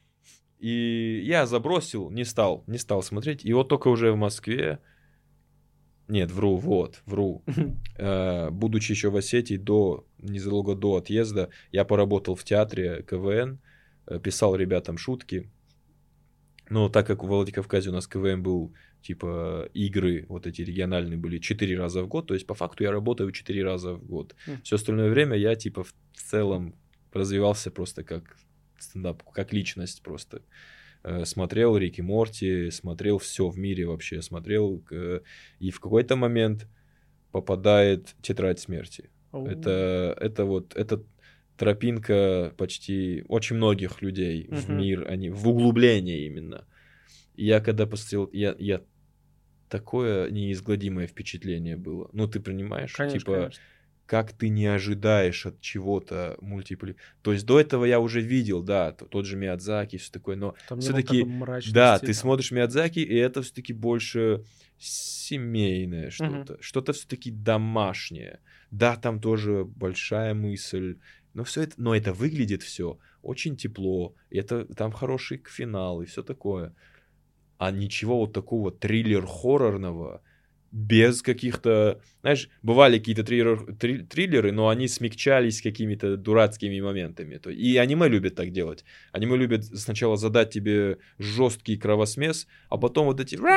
И я забросил, не стал, не стал смотреть. И вот только уже в Москве, нет, вру, вот, вру. Э, будучи еще в Осетии, до, незадолго до отъезда, я поработал в театре ка вэ эн, э, писал ребятам шутки. Но так как в Владикавказе у нас ка вэ эн был, типа, игры, вот эти региональные были четыре раза в год, то есть по факту я работаю четыре раза в год. Мгм. Все остальное время я, типа, в целом развивался просто как стендап, как личность просто. смотрел Рик и Морти, смотрел все в мире вообще, смотрел, и в какой-то момент попадает «Тетрадь смерти». Oh. Это, это вот, это тропинка почти очень многих людей uh-huh. в мир, они в углубление именно. И я когда посмотрел, я, я такое неизгладимое впечатление было. Ну, ты понимаешь? Конечно, типа, конечно. как ты не ожидаешь от чего-то мультипли... То есть до этого я уже видел, да, тот же Миядзаки, все такое, но все-таки, да, ты там. Смотришь Миядзаки, и это все-таки больше семейное что-то, угу. что-то все-таки домашнее. Да, там тоже большая мысль, но все это, но это выглядит все очень тепло, и это там хороший финал и все такое. А ничего вот такого триллер-хоррорного, без каких-то... Знаешь, бывали какие-то триллер, триллеры, но они смягчались какими-то дурацкими моментами. И аниме любят так делать. Аниме любят сначала задать тебе жесткий кровосмес, а потом вот эти...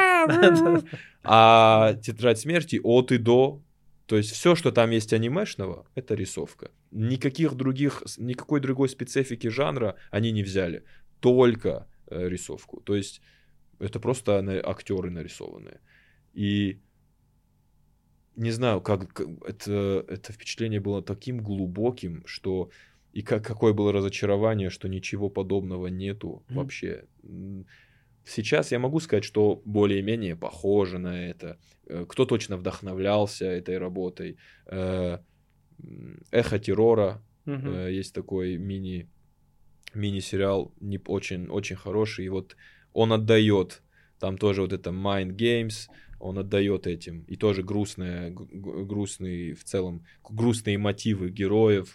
А «Тетрадь смерти» от и до. То есть все, что там есть анимешного, это рисовка. Никаких других, никакой другой специфики жанра они не взяли. Только рисовку. То есть это просто актеры нарисованные. И не знаю, как, как это, это впечатление было таким глубоким, что и как, какое было разочарование, что ничего подобного нету mm-hmm. вообще. Сейчас я могу сказать, что более-менее похоже на это. Кто точно вдохновлялся этой работой. «Эхо террора». Mm-hmm. Есть такой мини, мини-сериал, не, очень, очень хороший. И вот он отдает. Там тоже вот это Mind Games. Он отдает этим. И тоже грустные, грустные в целом, грустные мотивы героев.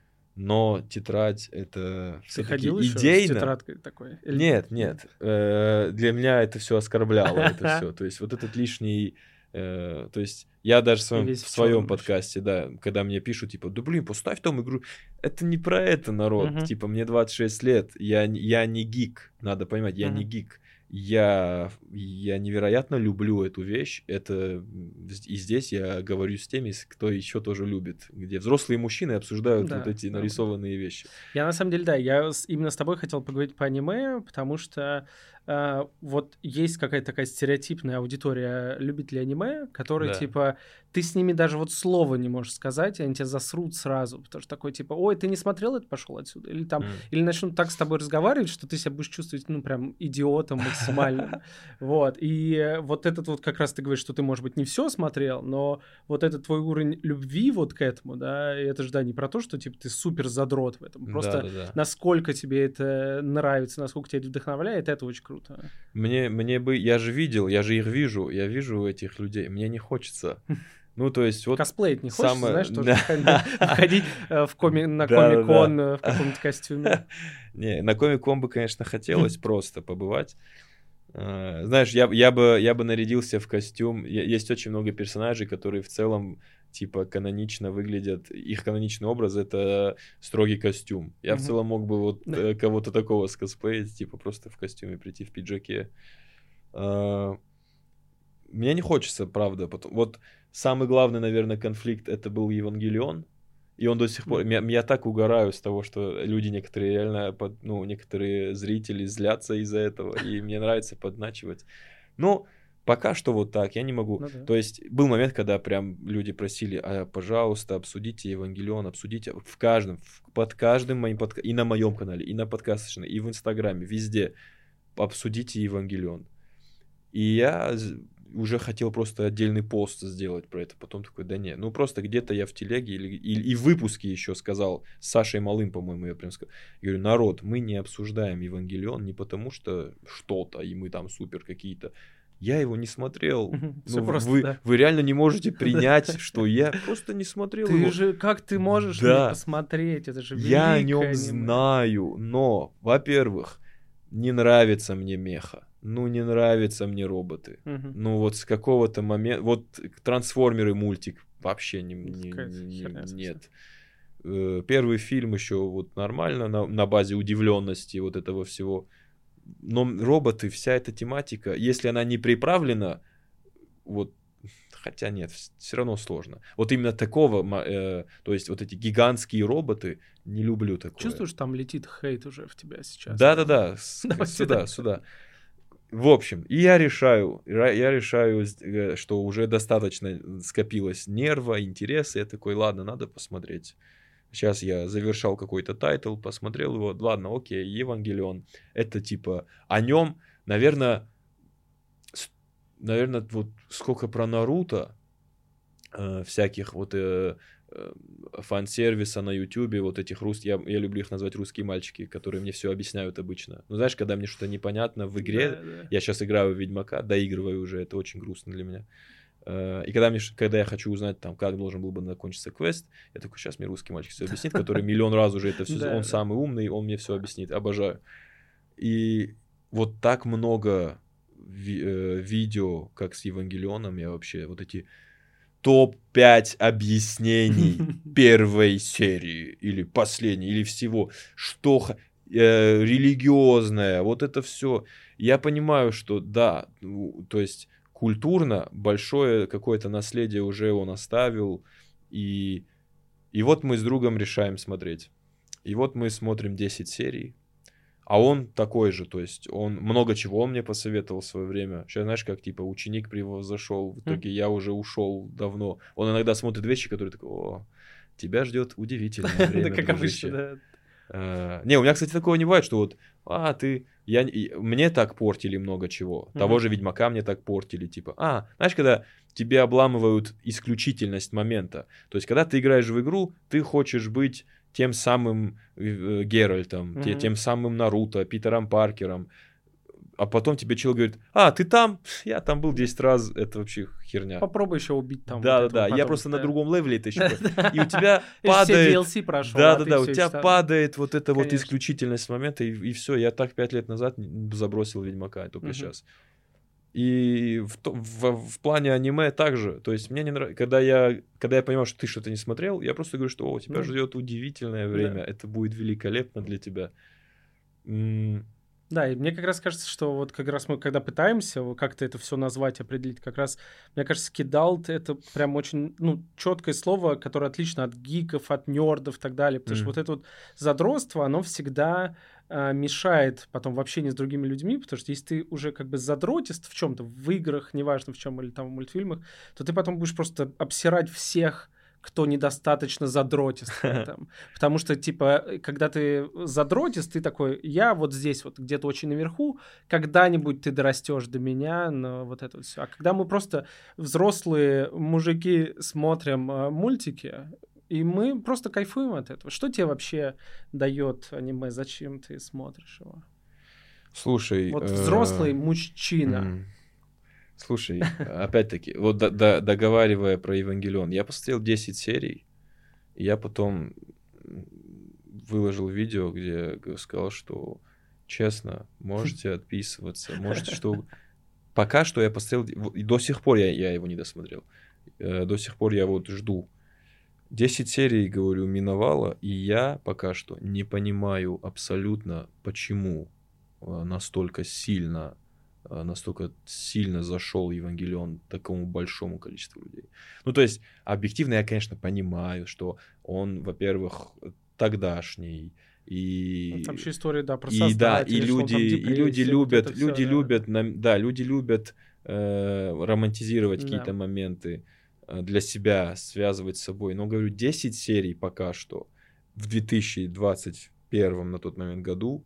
Но «Тетрадь» — это Ты ходил идейно. Еще с тетрадкой такой? Или... Нет, нет. Э, для меня это все оскорбляло. Это все. То есть вот этот лишний... Э, то есть я даже в своем, в своем подкасте, да, когда мне пишут, типа, да блин, поставь там игру. Это не про это, народ. Uh-huh. Типа, мне двадцать шесть лет. Я, я не гик. Надо понимать, я uh-huh. не гик. Я, я невероятно люблю эту вещь. Это и здесь я говорю с теми, кто еще тоже любит, где взрослые мужчины обсуждают да, вот эти да. нарисованные вещи. Я на самом деле, да, я именно с тобой хотел поговорить по аниме, потому что э, вот есть какая-то такая стереотипная аудитория любителей аниме, которые да. типа ты с ними даже вот слова не можешь сказать, и они тебя засрут сразу, потому что такой типа, ой, ты не смотрел это, пошел отсюда, или там, mm. или начнут так с тобой разговаривать, что ты себя будешь чувствовать, ну прям идиотом максимально, вот. И вот этот вот как раз ты говоришь, что ты, может быть, не все смотрел, но вот этот твой уровень любви вот к этому, да, и это же да не про то, что типа ты супер задрот в этом, просто да, да, да. насколько тебе это нравится, насколько тебя это вдохновляет, это очень круто. Мне, мне бы, я же видел, я же их вижу, я вижу этих людей, мне не хочется. Ну, то есть вот... Косплеить не хочется, самое... знаешь, тоже ходить в коми... на Комик-кон в каком-то костюме. Не, на Комик-кон бы, конечно, хотелось просто побывать. Знаешь, я, я, бы, я бы нарядился в костюм. Есть очень много персонажей, которые в целом типа канонично выглядят. Их каноничный образ — это строгий костюм. Я mm-hmm. в целом мог бы вот да. кого-то такого скосплеить, типа просто в костюме прийти, в пиджаке. Мне не хочется, правда. Потом... Вот самый главный, наверное, конфликт — это был «Евангелион». И он до сих пор... Mm-hmm. Я, я так угораю с того, что люди некоторые реально... Под... Ну, некоторые зрители злятся из-за этого. И мне нравится подначивать. Ну, пока что вот так. Я не могу... Ну, да. То есть был момент, когда прям люди просили, а, пожалуйста, обсудите «Евангелион», обсудите в каждом, под каждым моим подкастом, и на моем канале, и на подкасточной, и в Инстаграме, везде. Обсудите «Евангелион». И я... уже хотел просто отдельный пост сделать про это. Потом такой, да не, ну просто где-то я в телеге или, или и в выпуске еще сказал, с Сашей Малым, по-моему, я прям сказал. Я говорю, народ, мы не обсуждаем «Евангелион» не потому что что-то, и мы там супер какие-то. Я его не смотрел. Ну, просто, вы, да. вы реально не можете принять, что я просто не смотрел ты его. Же, как ты можешь да. посмотреть? Это же великое Я о нем аниме. знаю, но, во-первых, не нравится мне меха. Ну, не нравятся мне роботы. Uh-huh. Ну, вот с какого-то момента... Вот «Трансформеры» мультик вообще не, не, не, нет. Первый фильм еще вот нормально, на, на базе удивленности вот этого всего. Но роботы, вся эта тематика, если она не приправлена вот Хотя нет, все равно сложно. Вот именно такого, э, то есть вот эти гигантские роботы, не люблю такое. Чувствуешь, там летит хейт уже в тебя сейчас? Да-да-да, сюда, сюда. В общем, и я решаю, я решаю, что уже достаточно скопилось нерва, интереса. Я такой, ладно, надо посмотреть. Сейчас я завершал какой-то тайтл, посмотрел его, ладно, окей, Евангелион. Это типа о нем, наверное, наверное, вот сколько про Наруто, э, всяких вот э, э, фан-сервиса на Ютубе, вот этих рус... я, я люблю их назвать русские мальчики, которые мне все объясняют обычно. Ну, знаешь, когда мне что-то непонятно в игре, да, да. Я сейчас играю в Ведьмака, доигрываю уже, это очень грустно для меня. Э, и когда, мне, когда я хочу узнать, там, как должен был бы закончиться квест, я такой, сейчас мне русский мальчик все объяснит, который миллион раз уже это все, он самый умный, он мне все объяснит, обожаю. И вот так много ви- э, видео, как с Евангелионом, я вообще вот эти топ пять объяснений первой серии или последней, или всего, что э, религиозное, вот это все. Я понимаю, что да, то есть культурно большое какое-то наследие уже он оставил, и, и вот мы с другом решаем смотреть. И вот мы смотрим десять серий. А он такой же, то есть он много чего он мне посоветовал в свое время. Сейчас, знаешь, как типа ученик превзошел, в итоге я уже ушел давно. Он иногда смотрит вещи, которые такой, о, тебя ждет удивительное время, как обычно, да. Uh, не, у меня, кстати, такого не бывает, что вот, а, ты, я, мне так портили много чего, uh-huh. того же Ведьмака мне так портили, типа, а, знаешь, когда тебе обламывают исключительность момента, то есть, когда ты играешь в игру, ты хочешь быть тем самым э, Геральтом, uh-huh. те, тем самым Наруто, Питером Паркером, а потом тебе человек говорит, а, ты там? Я там был десять раз, это вообще херня. Попробуй еще убить там. Да-да-да, вот я просто да. на другом левеле это еще. И у тебя падает... Все ди эл си прошел. Да-да-да, у тебя падает вот эта вот исключительность момента, и все. Я так пять лет назад забросил Ведьмака, только сейчас. И в плане аниме также. То есть мне не нравится... Когда я когда я понимаю, что ты что-то не смотрел, я просто говорю, что о, тебя ждет удивительное время, это будет великолепно для тебя. Да, и мне как раз кажется, что вот как раз мы, когда пытаемся как-то это все назвать, определить, как раз, мне кажется, кидалт — это прям очень, ну, четкое слово, которое отлично от гиков, от нердов и так далее, потому mm. что вот это вот задротство, оно всегда а, мешает потом в общении с другими людьми, потому что если ты уже как бы задротист в чем-то, в играх, неважно в чем, или там в мультфильмах, то ты потом будешь просто обсирать всех, кто недостаточно задротист в этом. Потому что, типа, когда ты задротист, ты такой, я вот здесь вот где-то очень наверху, когда-нибудь ты дорастешь до меня, но вот это вот все. А когда мы просто взрослые мужики смотрим э, мультики, и мы просто кайфуем от этого. Что тебе вообще дает аниме? Зачем ты смотришь его? Слушай... Вот взрослый мужчина... Слушай, опять-таки, вот до, до, договаривая про Евангелион, я посмотрел десять серий, и я потом выложил видео, где сказал, что честно, можете отписываться, можете что... Пока что я посмотрел, и до сих пор я, я его не досмотрел, до сих пор я вот жду. десять серий, говорю, миновало, и я пока что не понимаю абсолютно, почему настолько сильно... настолько сильно зашел Евангелион такому большому количеству людей. Ну, то есть, объективно я, конечно, понимаю, что он, во-первых, тогдашний, и... Там еще история, да, про и, да, и люди, и люди любят, вот люди все, любят, да. да, люди любят э, романтизировать да. какие-то моменты э, для себя, связывать с собой. Но, говорю, десять серий пока что в две тысячи двадцать первом на тот момент году,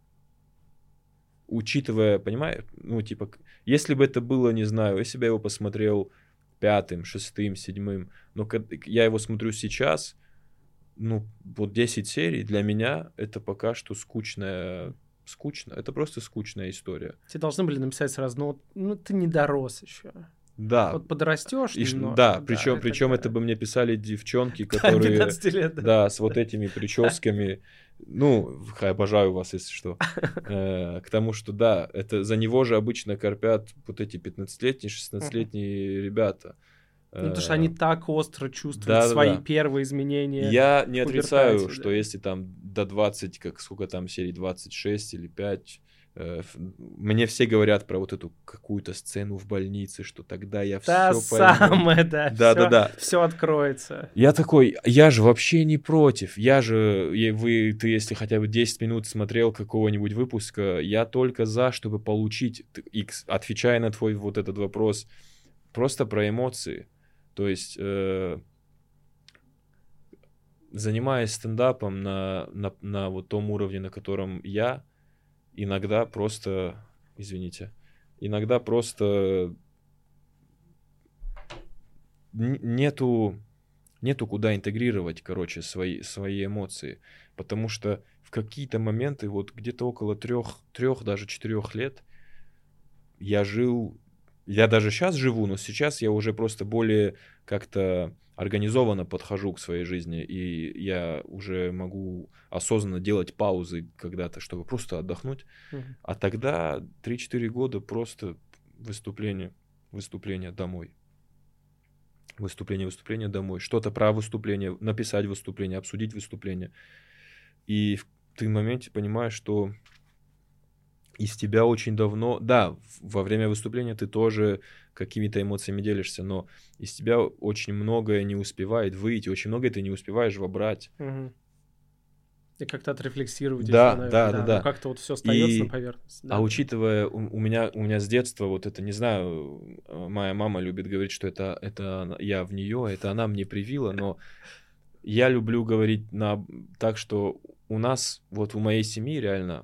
учитывая, понимаешь, ну, типа, если бы это было, не знаю, если бы я его посмотрел пятым, шестым, седьмым, но я его смотрю сейчас, ну, вот десять серий для меня это пока что скучная, скучно, это просто скучная история. Тебе должны были написать сразу, ну, ну ты не дорос еще. Да. Вот подрастешь и, немножко. Да, причем, да, причем это, это бы мне писали девчонки, которые... пятнадцать лет, да. Да, с вот этими прическами. Ну, обожаю вас, если что. К тому, что да, это за него же обычно корпят вот эти пятнадцатилетние, шестнадцатилетние ребята. Ну, потому что они так остро чувствуют да, свои да. первые изменения. Я не отрицаю, что да. если там до двадцати, как сколько там серий, двадцать шесть или пять, э, мне все говорят про вот эту какую-то сцену в больнице, что тогда я Та все пойму. самая, да, Да, все, да, да. все откроется. Я такой, я же вообще не против, я же, я- вы, ты если хотя бы десять минут смотрел какого-нибудь выпуска, я только за, чтобы получить, т- и, кс- отвечая на твой вот этот вопрос, просто про эмоции. То есть, э, занимаясь стендапом на, на, на вот том уровне, на котором я, иногда просто, извините, иногда просто н- нету, нету куда интегрировать, короче, свои, свои эмоции, потому что в какие-то моменты, вот где-то около трех, трех, даже четырех лет я жил, я даже сейчас живу, но сейчас я уже просто более как-то организованно подхожу к своей жизни, и я уже могу осознанно делать паузы когда-то, чтобы просто отдохнуть. Мгм. А тогда три-четыре года просто выступление, выступление домой. Выступление, выступление домой. Что-то про выступление, написать выступление, обсудить выступление. И в- ты в моменте понимаешь, что из тебя очень давно... Да, в- во время выступления ты тоже какими-то эмоциями делишься, но из тебя очень многое не успевает выйти, очень многое ты не успеваешь вобрать. Мгм. И как-то отрефлексировать еще, Да, наверное, да, да, да. Ну, да. как-то вот все остается на И поверхности. А Да, да. учитывая, у, у меня, у меня с детства вот это, не знаю, э, моя мама любит говорить, что это, это она- я в нее, это она мне привила, но я люблю говорить на, так, что у нас, вот у моей семьи реально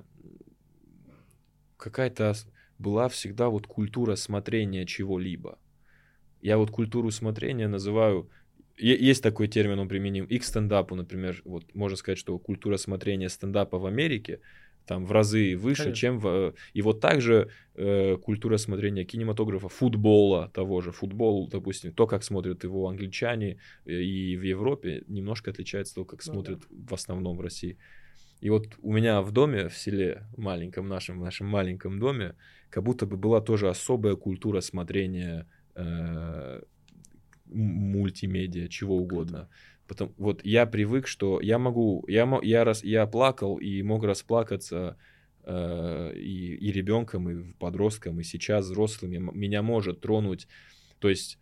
какая-то с- была всегда вот культура смотрения чего-либо. Я вот культуру смотрения называю... е- Есть такой термин, он применим и к стендапу, например. Вот можно сказать, что культура смотрения стендапа в Америке там в разы выше, Конечно. чем в... э, И вот также э, культура смотрения кинематографа, футбола того же. Футбол, допустим, то, как смотрят его англичане э, и в Европе, немножко отличается от того, как Ну да. смотрят в основном в России. И вот у меня в доме, в селе, в маленьком нашем, в нашем маленьком доме, как будто бы была тоже особая культура смотрения э, м- мультимедиа, чего угодно. Потом, вот я привык, что я могу, я, мо- я, рас, я плакал и мог расплакаться э, и, и ребенком, и подростком, и сейчас взрослым. Я м- Меня может тронуть, то есть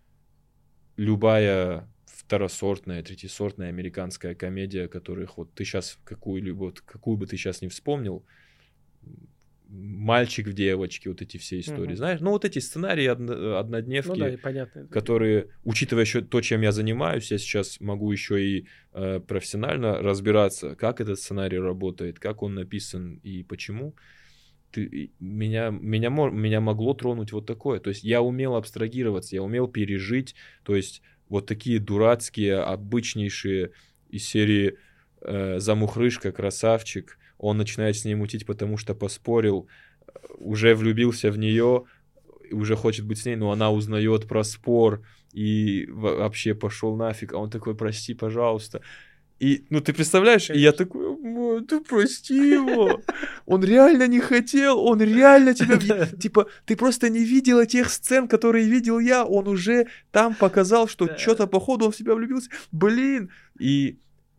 любая второсортная, третьесортная американская комедия, которых вот ты сейчас какую-либо, вот какую бы ты сейчас не вспомнил, мальчик в девочке, вот эти все истории, Мгм. знаешь, ну вот эти сценарии одно- Ну однодневки, да, и понятно. это. которые, учитывая еще то, чем я занимаюсь, я сейчас могу еще и э, профессионально разбираться, как этот сценарий работает, как он написан и почему. Ты, и меня, меня, мо- меня могло тронуть вот такое. То есть я умел абстрагироваться, я умел пережить, то есть вот такие дурацкие, обычнейшие из серии э, «Замухрышка, красавчик», он начинает с ней мутить, потому что поспорил, э, уже влюбился в нее, уже хочет быть с ней, но она узнает про спор и во- вообще пошел нафиг, а он такой: прости, пожалуйста. И, ну, ты представляешь, и я Конечно. такой: «Ой, ты прости его, он реально не хотел, он реально тебя... Да. Типа, ты просто не видела тех сцен, которые видел я, он уже там показал, что Да. что-то, походу, он в себя влюбился, блин!» И,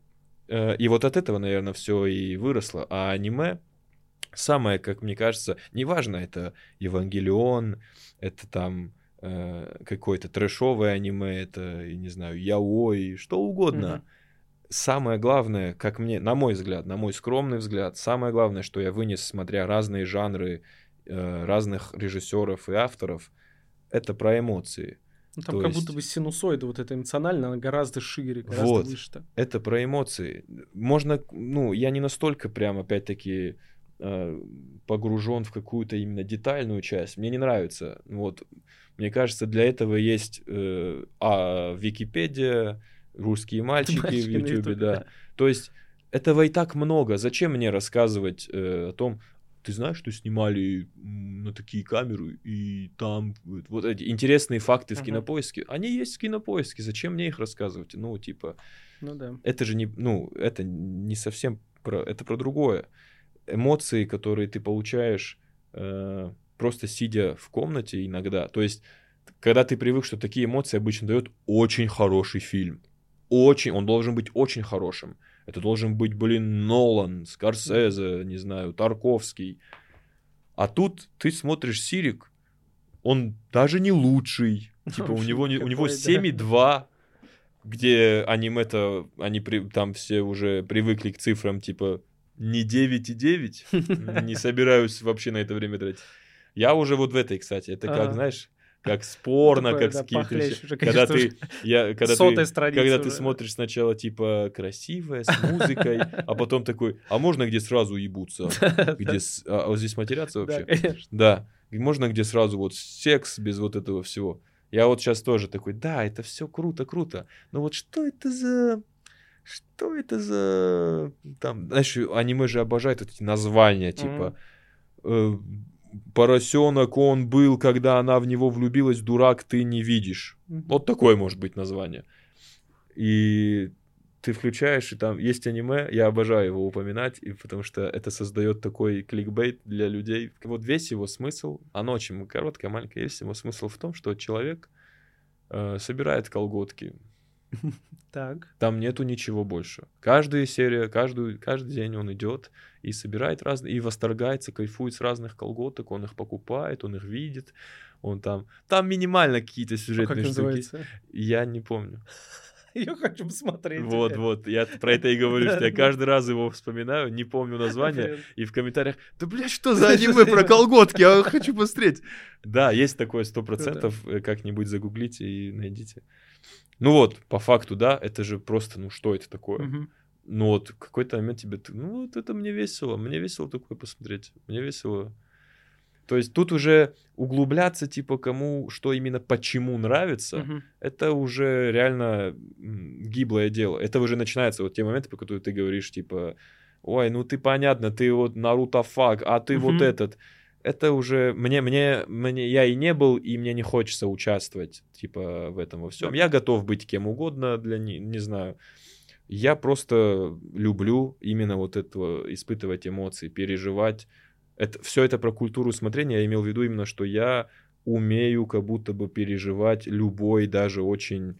э, и вот от этого, наверное, все и выросло. А аниме, самое, как мне кажется, неважно, это Евангелион, это там э, какое-то трэшовое аниме, это, я не знаю, яой, что угодно. Мгм. Самое главное, как мне, на мой взгляд, на мой скромный взгляд, самое главное, что я вынес, смотря разные жанры, э, разных режиссеров и авторов, это про эмоции. Ну, там То как будто есть, бы синусоида вот эта эмоциональная, она гораздо шире, гораздо вот, выше. это про эмоции. Можно, ну, я не настолько прям, опять-таки, э, погружен в какую-то именно детальную часть. Мне не нравится. Вот, мне кажется, для этого есть э, а, Википедия, русские мальчики в Мальчики на Ютубе, Ютубе, да. да. То есть этого и так много. Зачем мне рассказывать э, о том, ты знаешь, что снимали м, на такие камеры, и там вот, вот эти интересные факты в Мгм. Кинопоиске, они есть в Кинопоиске, зачем мне их рассказывать? Ну, типа, Ну да. это же не, ну, это не совсем про, это про другое. Эмоции, которые ты получаешь э, просто сидя в комнате иногда. То есть, когда ты привык, что такие эмоции обычно дает очень хороший фильм. Очень, он должен быть очень хорошим. Это должен быть, блин, Нолан, Скорсезе, не знаю, Тарковский. А тут ты смотришь Сирик, он даже не лучший. Типа у него, у него семь и два, где аниме-то, они при, там все уже привыкли к цифрам, типа не девять и девять. Не собираюсь вообще на это время тратить. Я уже вот в этой, кстати, это как, знаешь... Как спорно, такое, как да, с какими-то вещами. уже, Когда ты, я, когда ты, когда ты уже. смотришь сначала, типа, красивое, с музыкой, а потом такой, а можно где сразу ебутся? Где с... а, а здесь матерятся вообще? Да, конечно. Да. Можно где сразу вот секс без вот этого всего? Я вот сейчас тоже такой, да, это все круто, круто. Но вот что это за... Что это за... Там, знаешь, аниме же обожают эти названия, типа... Mm-hmm. Поросенок он был, когда она в него влюбилась, дурак, ты не видишь. Mm-hmm. Вот такое может быть название. И ты включаешь, и там есть аниме, я обожаю его упоминать, и потому что это создает такой кликбейт для людей. Вот весь его смысл, оно очень короткое, маленькое, весь его смысл в том, что человек э, собирает колготки. Так. Там нету ничего больше. Каждая серия, каждую, каждый день он идет и собирает разные, и восторгается, кайфует с разных колготок, он их покупает, он их видит, он там... Там минимально какие-то сюжетные а как штуки. Называется? Я не помню. Я хочу посмотреть. Вот, теперь. Вот, я про это и говорю, что я каждый раз его вспоминаю, не помню название, и в комментариях, да, блядь, что за аниме про колготки, я хочу посмотреть. Да, есть такое сто процентов, как-нибудь загуглите и найдите. Ну вот, по факту, да, это же просто, ну что это такое? Uh-huh. Ну вот, в какой-то момент тебе, ну вот это мне весело, мне весело такое посмотреть, мне весело. То есть тут уже углубляться, типа, кому, что именно, почему нравится, uh-huh. это уже реально гиблое дело. Это уже начинается вот те моменты, по которым ты говоришь, типа, ой, ну ты понятно, ты вот Наруто фаг, а ты uh-huh. вот этот... Это уже мне, мне, мне, я и не был, и мне не хочется участвовать, типа, в этом во всем. Я готов быть кем угодно для, не, не знаю. Я просто люблю именно вот этого, испытывать эмоции, переживать. Это, все это про культуру смотрения. Я имел в виду именно, что я умею как будто бы переживать любой, даже очень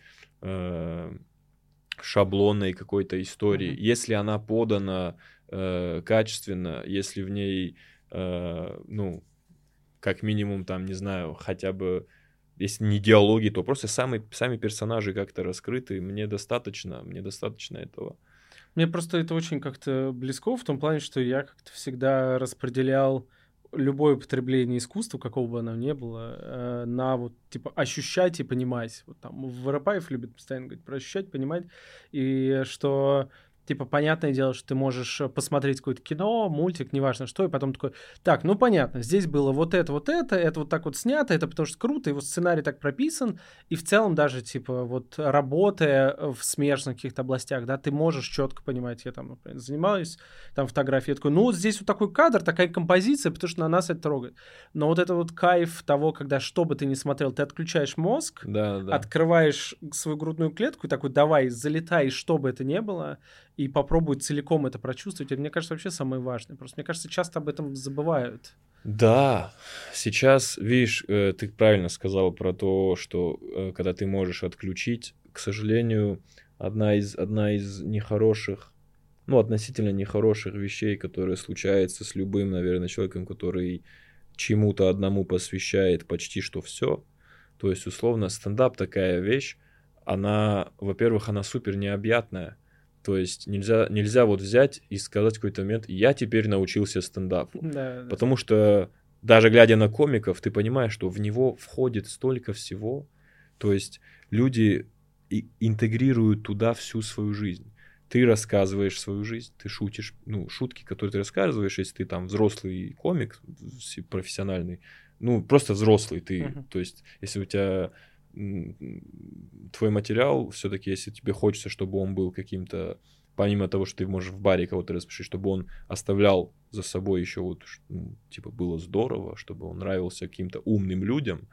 э, шаблонной какой-то истории. Mm-hmm. Если она подана э, качественно, если в ней... Uh, ну, как минимум, там, не знаю, хотя бы, если не диалоги, то просто сами, сами персонажи как-то раскрыты, мне достаточно, мне достаточно этого. Мне просто это очень как-то близко в том плане, что я как-то всегда распределял любое потребление искусства, какого бы оно ни было, на вот, типа, ощущать и понимать. Вот там Воропаев любит постоянно говорить про ощущать, понимать, и что... Типа, понятное дело, что ты можешь посмотреть какое-то кино, мультик, неважно что, и потом такой, так, ну понятно, здесь было вот это, вот это, это вот так вот снято, это потому что круто, его сценарий так прописан, и в целом даже, типа, вот работая в смежных каких-то областях, да, ты можешь четко понимать, я там, например, занимаюсь там фотографией, я такой, ну вот здесь вот такой кадр, такая композиция, потому что на нас это трогает. Но вот это вот кайф того, когда что бы ты ни смотрел, ты отключаешь мозг, да, да. открываешь свою грудную клетку и такой, давай, залетай, что бы это ни было, и попробуй целиком это прочувствовать. Это, мне кажется, вообще самое важное. Просто, мне кажется, часто об этом забывают. Да, сейчас, видишь, ты правильно сказал про то, что когда ты можешь отключить, к сожалению, одна из, одна из нехороших, ну, относительно нехороших вещей, которые случаются с любым, наверное, человеком, который чему-то одному посвящает почти что все. То есть, условно, стендап такая вещь, она, во-первых, она супер необъятная. То есть нельзя, нельзя вот взять и сказать в какой-то момент, я теперь научился стендапу. Да, да. Потому что даже глядя на комиков, ты понимаешь, что в него входит столько всего. То есть люди и интегрируют туда всю свою жизнь. Ты рассказываешь свою жизнь, ты шутишь, ну, шутки, которые ты рассказываешь, если ты там взрослый комик профессиональный, ну, просто взрослый ты. Uh-huh. То есть если у тебя... твой материал, все-таки, если тебе хочется, чтобы он был каким-то, помимо того, что ты можешь в баре кого-то распишить, чтобы он оставлял за собой еще вот, ну, типа, было здорово, чтобы он нравился каким-то умным людям,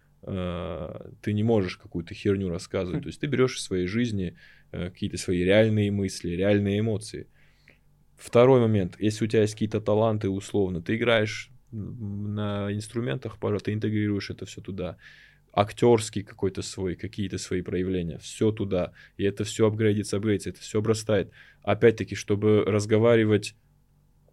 э, ты не можешь какую-то херню рассказывать. То есть ты берешь из своей жизни э, какие-то свои реальные мысли, реальные эмоции. Второй момент. Если у тебя есть какие-то таланты, условно, ты играешь на инструментах, пожалуйста, ты интегрируешь это все туда. Актерский какой-то свой, какие-то свои проявления, все туда, и это все апгрейдится, апгрейдится, это все обрастает. Опять-таки, чтобы разговаривать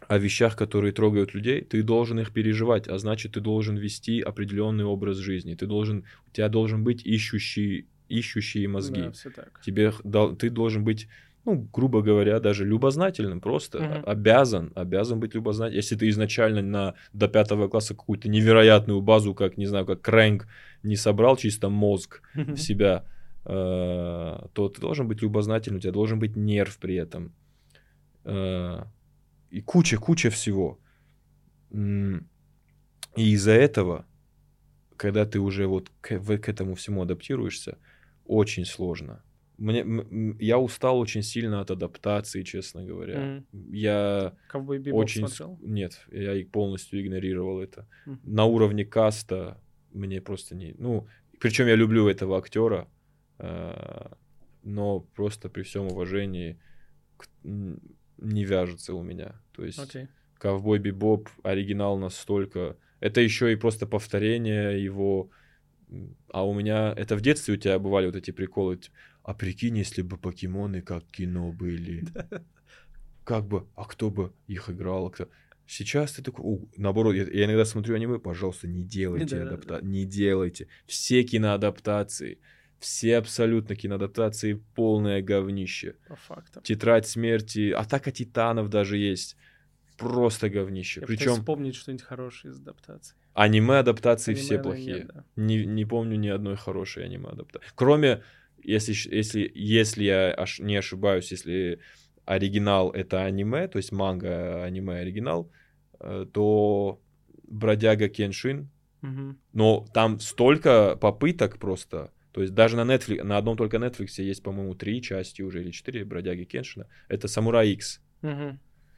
о вещах, которые трогают людей, ты должен их переживать, а значит, ты должен вести определенный образ жизни. Ты должен, у тебя должен быть ищущий, ищущие мозги. Да, все так. Тебе, ты должен быть, ну, грубо говоря, даже любознательным, просто Мгм. обязан, обязан быть любознательным. Если ты изначально на, до пятого класса какую-то невероятную базу, как, не знаю, как Крэнк, не собрал чисто мозг в себя, э, то ты должен быть любознательным, у тебя должен быть нерв при этом. Э, и куча-куча всего. И из-за этого, когда ты уже вот к, к этому всему адаптируешься, очень сложно. Мне, м, я устал очень сильно от адаптации, честно говоря. Мгм. Я Ковбой Бибоп очень... смотрел? Нет, я и полностью игнорировал это. Мгм. На уровне каста мне просто не... Ну, причем я люблю этого актера, э, но просто при всем уважении к- н- не вяжется у меня. То есть Окей. Ковбой Бибоп, оригинал настолько... Это еще и просто повторение его... М, А у меня... Это в детстве у тебя бывали вот эти приколы. т- А прикинь, если бы покемоны как кино были. Как бы... А кто бы их играл? а Кто... Сейчас ты такой... «О, наоборот, я, я иногда смотрю аниме, пожалуйста, не делайте Да-да-да. адаптации. Не делайте. Все киноадаптации. Все абсолютно киноадаптации полное говнище. По факту. Тетрадь смерти, Атака титанов даже есть. Просто говнище. Я пытаюсь Причем вспомнить что-нибудь хорошее из адаптации. аниме-адаптации Аниме, все наверное, плохие. нет, да. Не, не помню ни одной хорошей аниме-адаптации. Кроме, если, щ- если, если я ош- не ошибаюсь, если оригинал это аниме, то есть манга, аниме, оригинал, э, то Бродяга Кеншин, Мгм. но там столько попыток просто. То есть даже на Netflix, на одном только Netflix есть, по-моему, три части уже или четыре Бродяги Кеншина. Это Самурай Икс. Мгм.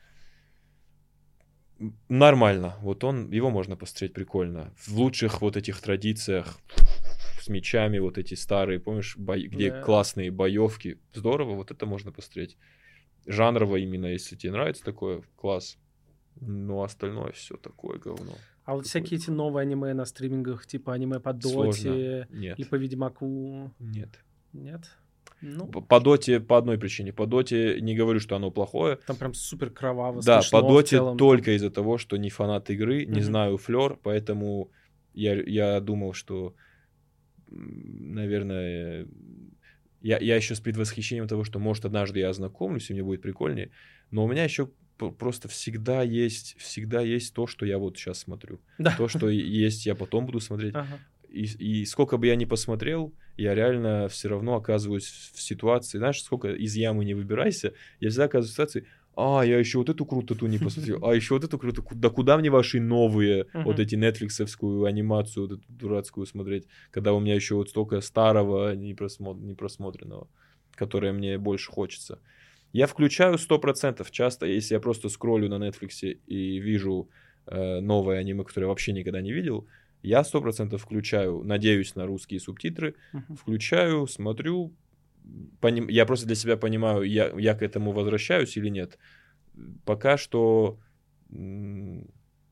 М, Нормально. Вот он, его можно посмотреть прикольно. В лучших вот этих традициях с мечами, вот эти старые, помнишь, бой- где Да. классные боевки. Здорово, вот это можно посмотреть. Жанрово именно, если тебе нравится такое, класс. Но остальное все такое говно. А вот всякие эти новые аниме на стримингах, типа аниме по Сложно. Доте Нет. или по Ведьмаку, Нет. нет? Ну, По, по доте по одной причине. По доте не говорю, что оно плохое. там прям супер кроваво, Да, смешно по в доте целом. только из-за того, что не фанат игры, не Мгм. знаю флёр, поэтому я, я думал, что, м, наверное, я, я еще с предвосхищением того, что, может, однажды я ознакомлюсь, и мне будет прикольнее, но у меня еще п- просто всегда есть, всегда есть то, что я вот сейчас смотрю. Да. То, что и- есть, я потом буду смотреть. Ага. И, и сколько бы я ни посмотрел, я реально все равно оказываюсь в ситуации, знаешь, сколько из ямы не выбирайся, я всегда оказываюсь в ситуации, а, я еще вот эту крутоту не посмотрел, а еще вот эту крутоту, да куда мне ваши новые, вот Мгм. эти нетфликсовскую анимацию, вот эту дурацкую смотреть, когда у меня еще вот столько старого не просмо- непросмотренного, которое мне больше хочется. Я включаю сто процентов часто, если я просто скроллю на Netflix и вижу э, новое аниме, которое я вообще никогда не видел, я сто процентов включаю, надеюсь на русские субтитры, Мгм. включаю, смотрю, поним- я просто для себя понимаю, я, я к этому возвращаюсь или нет. Пока что м,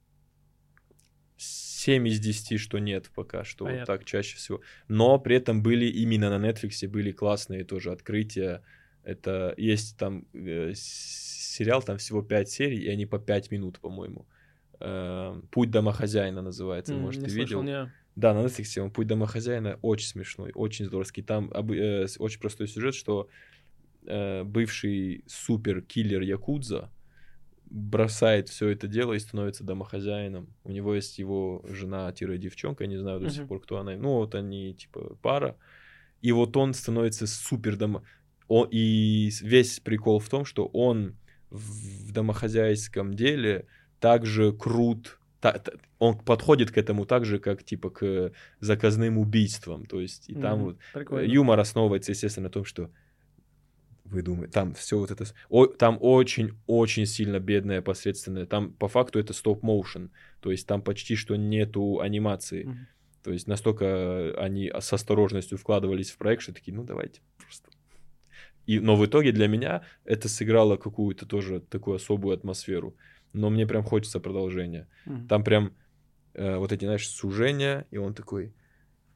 семь из десяти, что нет пока что, вот Понятно. так чаще всего. Но при этом были именно на Netflix были классные тоже открытия. Это есть там э, с- сериал, там всего пять серий, и они по пять минут, по-моему. Э, «Путь домохозяина» называется, М, может, не ты слышал, видел? не. Да, на Netflix он «Путь домохозяина» очень смешной, очень здоровский. Там обы- э, с- очень простой сюжет, что э, бывший супер-киллер Якудза бросает все это дело и становится домохозяином. У него есть его жена-девчонка, не знаю до сих Мгм. пор, кто она. Ну, вот они, типа, пара. И вот он становится супер домо... Он... И весь прикол в том, что он в домохозяйском деле также крут. Та- та- Он подходит к этому так же, как, типа, к заказным убийствам. То есть, и там Мгм. вот Прикольно. юмор основывается, естественно, на том, что вы думаете, там все вот это... с- о- там очень-очень сильно бедное, посредственное. Там по факту это стоп-моушен. То есть там почти что нету анимации. Мгм. То есть настолько они с осторожностью вкладывались в проект, что такие, ну давайте просто. И, но в итоге для меня это сыграло какую-то тоже такую особую атмосферу. Но мне прям хочется продолжения. Мгм. Там прям э, вот эти, знаешь, сужения, и он такой...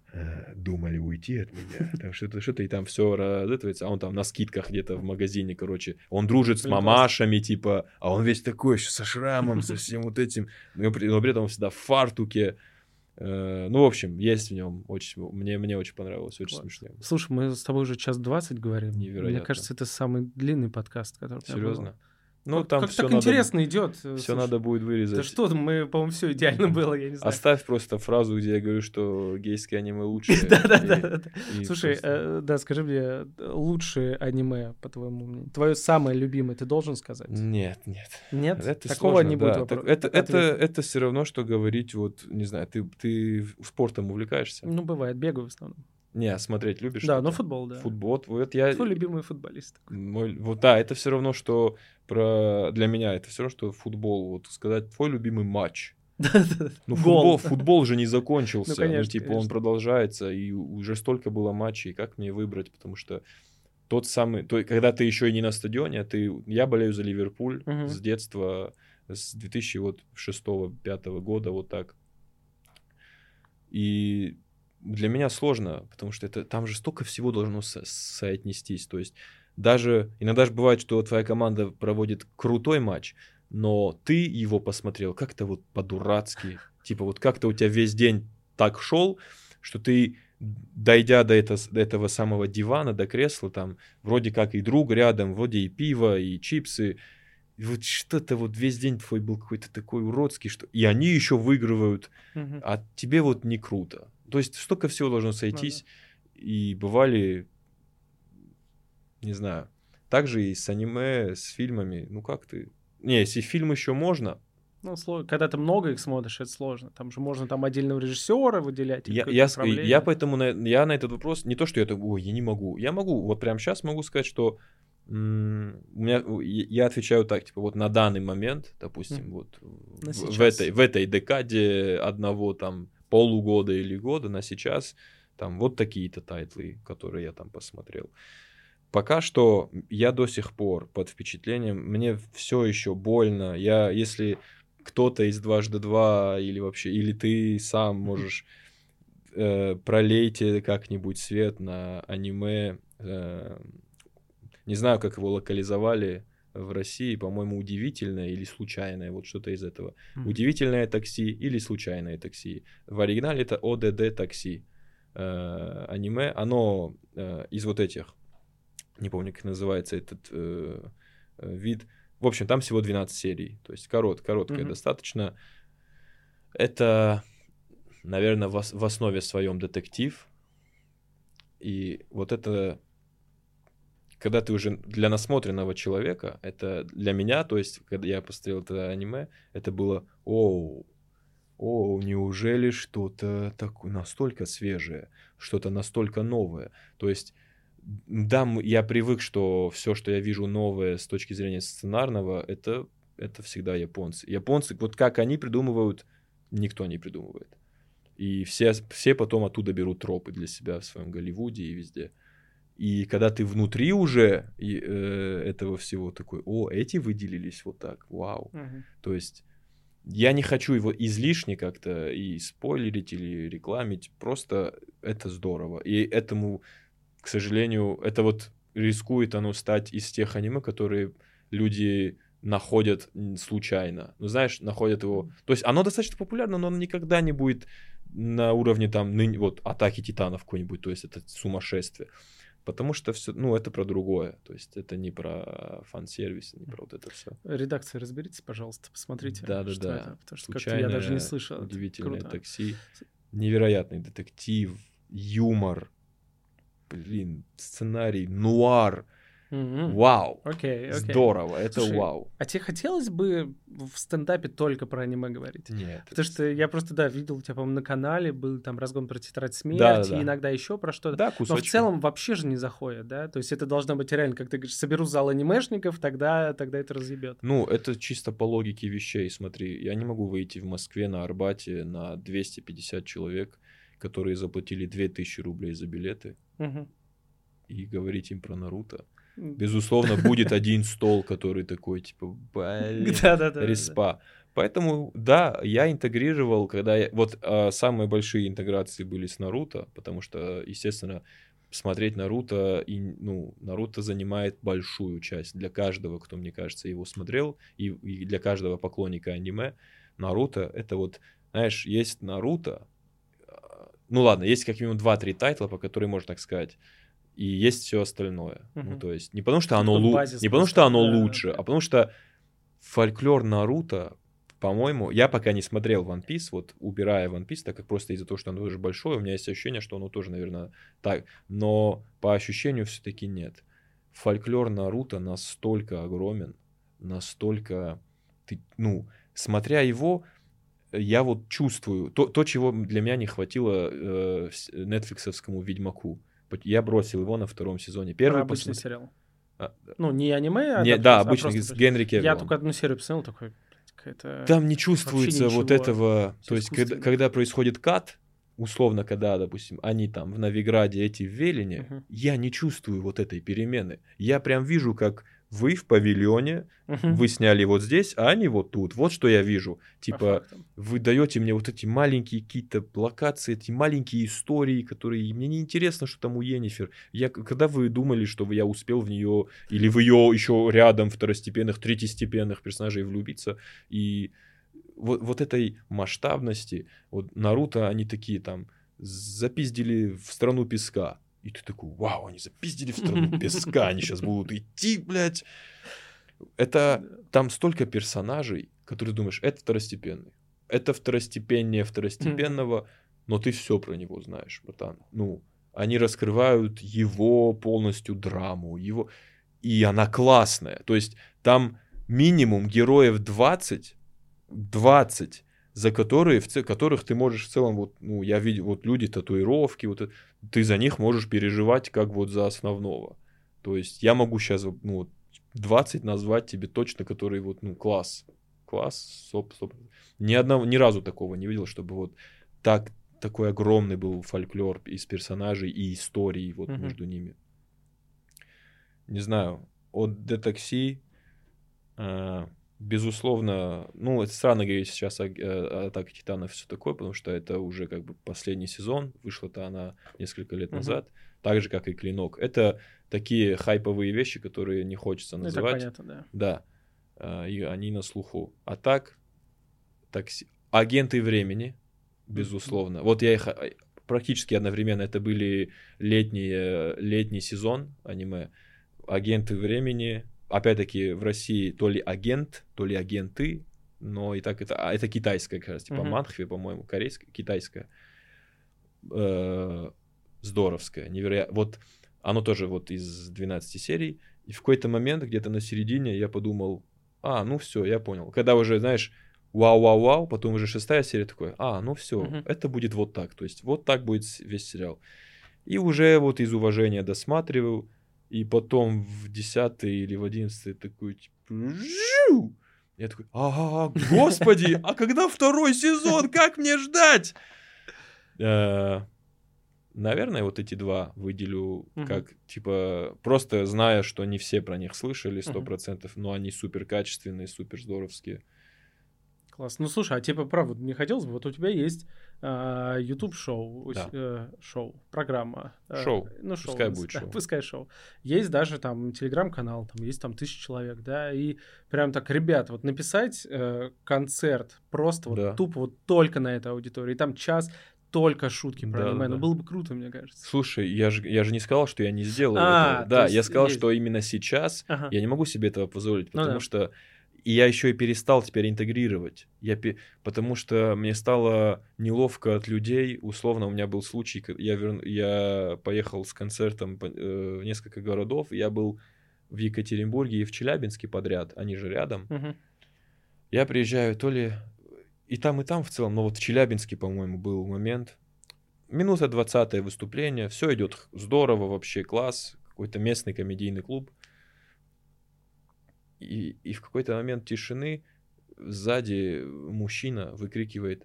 думали уйти от меня. Там что-то, что-то, и там все разытывается, а он там на скидках где-то в магазине, короче. Он дружит с мамашами, типа, а он весь такой еще со шрамом, со всем вот этим. Но при, но при этом он всегда в фартуке. Ну, в общем, есть в нем очень... Мне, мне очень понравилось, очень Ладно. смешно. Слушай, мы с тобой уже час двадцать говорим. Невероятно. Мне кажется, это самый длинный подкаст, который у меня был. Серьезно? Ну, как там как все так надо, интересно идет. Все Слушай, надо будет вырезать. да что, мы, по-моему, все идеально было, я не знаю. Оставь просто фразу, где я говорю, что гейские аниме лучшие. Да-да-да. Слушай, да, скажи мне, лучшее аниме, по твоему мнению? Твое самое любимое, ты должен сказать? Нет, нет. Нет? Это Такого сложно, не да. будет Так вопроса. это, это, это все равно, что говорить, вот, не знаю, ты, ты спортом увлекаешься? Ну, бывает, бегаю в основном. Не, смотреть любишь? Да, что-то? ну футбол, да. Футбол, вот я... Твой любимый футболист. Мой, вот, да, это все равно, что про... для меня это все равно, что футбол. Вот сказать, твой любимый матч. Ну, футбол, футбол же не закончился. Ну, конечно, ну типа, конечно. Он продолжается, и уже столько было матчей, как мне выбрать, потому что тот самый... То, когда ты еще и не на стадионе, а ты... Я болею за Ливерпуль uh-huh. с детства, с две тысячи шестого — две тысячи пятого года, вот так. И... Для меня сложно, потому что это, там же столько всего должно со- соотнестись. То есть даже иногда же бывает, что твоя команда проводит крутой матч, но ты его посмотрел как-то вот по-дурацки. Типа вот как-то у тебя весь день так шел, что ты, дойдя до, это, до этого самого дивана, до кресла, там вроде как и друг рядом, вроде и пиво, и чипсы. И вот что-то вот весь день твой был какой-то такой уродский, что... И они еще выигрывают, угу. а тебе вот не круто. То есть столько всего должно сойтись. Ну, да. И бывали, не знаю, также и с аниме, с фильмами. Ну как ты? Не, если фильм еще можно. Ну, сложно. Когда ты много их смотришь, это сложно. Там же можно там отдельного режиссера выделять. Я, я, я поэтому на, я на этот вопрос, не то, что я так, ой, я не могу. Я могу, вот прямо сейчас могу сказать, что м- у меня, я отвечаю так, типа, вот на данный момент, допустим, mm. вот в, в, этой, в этой декаде одного там полугода или года на сейчас, там вот такие-то тайтлы, которые я там посмотрел. Пока что я до сих пор под впечатлением, мне все еще больно. Я, если кто-то из дважды два или вообще, или ты сам можешь э, пролейте как-нибудь свет на аниме, э, не знаю, как его локализовали в России, по-моему, удивительное или случайное, вот что-то из этого. Mm-hmm. Удивительное такси или случайное такси. В оригинале это о дэ дэ такси. Э, аниме, оно э, из вот этих, не помню, как называется этот э, вид. В общем, там всего двенадцать серий, то есть корот, короткое mm-hmm. достаточно. Это, наверное, в, в основе своем детектив. И вот это... Когда ты уже для насмотренного человека, это для меня, то есть, когда я посмотрел это аниме, это было, оу, оу, неужели что-то такое настолько свежее, что-то настолько новое. То есть, да, я привык, что все, что я вижу новое с точки зрения сценарного, это, это всегда японцы. Японцы, вот как они придумывают, никто не придумывает. И все, все потом оттуда берут тропы для себя в своем Голливуде и везде. И когда ты внутри уже и, э, этого всего такой, о, эти выделились вот так, вау. Uh-huh. То есть я не хочу его излишне как-то и спойлерить или рекламить, просто это здорово. И этому, к сожалению, это вот рискует оно стать из тех аниме, которые люди находят случайно. Ну, знаешь, находят его... То есть оно достаточно популярно, но оно никогда не будет на уровне там, ны... вот, Атаки Титанов какой-нибудь, то есть это сумасшествие. Потому что все, ну, это про другое. То есть это не про фан-сервис, не про вот это все. Редакция, разберитесь, пожалуйста, посмотрите. Да, да, да. Это, потому что как-то я даже не слышал. Удивительное такси. Невероятный детектив, юмор, блин, сценарий, нуар. Mm-hmm. Вау! Okay, okay. Здорово, это Слушай, вау. А тебе хотелось бы в стендапе только про аниме говорить? Нет. Потому что я просто, да, видел у тебя, по-моему, на канале был там разгон про Тетрадь смерти, да, да. иногда еще про что-то. Да, кусочки. Но в целом вообще же не заходит, да? То есть это должно быть реально, как ты говоришь, соберу зал анимешников, тогда, тогда это разъебет. Ну, это чисто по логике вещей, смотри. Я не могу выйти в Москве на Арбате на двести пятьдесят человек, которые заплатили две тысячи рублей за билеты, угу. и говорить им про Наруто. Безусловно, будет один стол, который такой, типа, блин, респа. Поэтому, да, я интегрировал, когда... Я... Вот а, самые большие интеграции были с Наруто, потому что, естественно, смотреть Наруто, и, ну, Наруто занимает большую часть для каждого, кто, мне кажется, его смотрел, и, и для каждого поклонника аниме. Наруто — это вот, знаешь, есть Наруто, ну ладно, есть как минимум два-три тайтла, по которым можно так сказать, и есть все остальное. Uh-huh. Ну, то есть, не потому что оно, лу... не потому, что оно да, лучше, да. а потому что фольклор Наруто, по-моему, я пока не смотрел One Piece, вот убирая One Piece, так как просто из-за того, что оно тоже большое, у меня есть ощущение, что оно тоже, наверное, так. Но по ощущению все-таки нет. Фольклор Наруто настолько огромен, настолько... Ты, ну, смотря его, я вот чувствую то, то чего для меня не хватило э, нетфликсовскому Ведьмаку. Я бросил его на втором сезоне. Первый обычный посмотр... сериал. А, ну, не аниме, а... Не, да, обычный, а с Генри Кевиллом. Я только одну серию посмотрел, такой... Это там не чувствуется вот этого... То есть, когда, когда происходит кат, условно, когда, допустим, они там в Новиграде, эти в Велине, uh-huh. я не чувствую вот этой перемены. Я прям вижу, как вы в павильоне, uh-huh. вы сняли вот здесь, а они вот тут. Вот что я вижу. Типа, вы даете мне вот эти маленькие какие-то локации, эти маленькие истории, которые... Мне не интересно, что там у Йеннифер. Я, когда вы думали, что я успел в нее, или в ее еще рядом второстепенных, третьестепенных персонажей влюбиться, и... Вот, вот этой масштабности, вот Наруто, они такие там запиздили в страну песка. И ты такой, вау, они запиздили в страну песка, они сейчас будут идти, блядь. Это там столько персонажей, которые думаешь, это второстепенный. Это второстепеннее второстепенного, но ты все про него знаешь, братан. Ну, они раскрывают его полностью драму, его... И она классная. То есть там минимум героев двадцать, двадцать, за которые, в которых ты можешь в целом, вот, ну, я видел, вот люди, татуировки, вот, ты за них можешь переживать, как вот за основного. То есть я могу сейчас, ну, двадцать назвать тебе точно, которые вот, ну, класс. Класс, стоп, стоп. Ни одного, ни разу такого не видел, чтобы вот так, такой огромный был фольклор из персонажей и историй вот mm-hmm. между ними. Не знаю, от Детокси... А, безусловно, ну, это странно говорить сейчас о, о Атаке Титанов и все такое, потому что это уже как бы последний сезон, вышла-то она несколько лет uh-huh. назад, так же, как и Клинок. Это такие хайповые вещи, которые не хочется называть. Это понятно, да. Да, и они на слуху. А так, такси... Агенты времени, безусловно. Uh-huh. Вот я их практически одновременно, это были летние, летний сезон аниме. Агенты времени... Опять-таки в России то ли агент, то ли агенты, но и так это... А это китайская, как раз, типа uh-huh. манхве, по-моему, корейская, китайская. Э-э- здоровская, невероятно. Вот оно тоже вот из двенадцати серий. И в какой-то момент, где-то на середине, я подумал, а, ну все, я понял. Когда уже, знаешь, вау-вау-вау, потом уже шестая серия такой, а, ну все, uh-huh. это будет вот так. То есть вот так будет весь сериал. И уже вот из уважения досматриваю. И потом в десятый или в одиннадцатый такой, типа, жу! Я такой, ага, господи, а когда второй сезон, как мне ждать? Наверное, вот эти два выделю как, типа, просто зная, что не все про них слышали сто процентов, но они супер качественные, супер здоровские. Класс. Ну, слушай, а типа, правда, мне хотелось бы, вот у тебя есть а, YouTube-шоу, да. э, шоу, программа. Шоу, э, ну, шоу, пускай будет да, шоу. Пускай шоу. Есть даже там телеграм-канал, там есть там тысяча человек, да, и прям так, ребят, вот написать э, концерт просто да. вот тупо вот только на этой аудитории, там час только шутки про да, аниме, да, ну, да. было бы круто, мне кажется. Слушай, я же, я же не сказал, что я не сделал а, этого. Да, есть, я сказал, есть. что именно сейчас ага. я не могу себе этого позволить, потому ну, да. что и я еще и перестал теперь интегрировать. Я пе... Потому что мне стало неловко от людей. Условно, у меня был случай, я, вер... я поехал с концертом в несколько городов. Я был в Екатеринбурге и в Челябинске подряд. Они же рядом. Угу. Я приезжаю то ли... И там, и там в целом. Но вот в Челябинске, по-моему, был момент. Минута двадцатое выступление. Все идет здорово, вообще класс. Какой-то местный комедийный клуб. И, и в какой-то момент тишины сзади мужчина выкрикивает,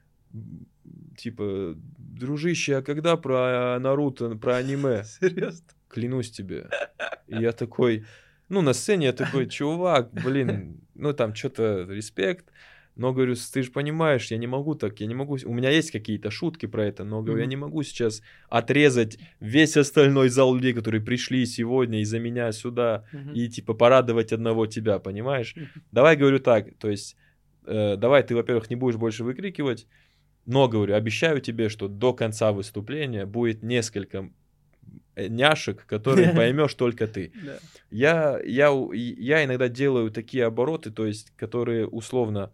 типа, дружище, а когда про Наруто, про аниме? Серьезно? Клянусь тебе. И я такой, ну, на сцене я такой, чувак, блин, ну, там что-то респект. Но, говорю, ты же понимаешь, я не могу так, я не могу... У меня есть какие-то шутки про это, но, говорю, mm-hmm. я не могу сейчас отрезать весь остальной зал людей, которые пришли сегодня из-за меня сюда, mm-hmm. и, типа, порадовать одного тебя, понимаешь? Mm-hmm. Давай, говорю, так, то есть, э, давай ты, во-первых, не будешь больше выкрикивать, но, говорю, обещаю тебе, что до конца выступления будет несколько няшек, которые поймешь только ты. Я, я, я иногда делаю такие обороты, то есть, которые условно...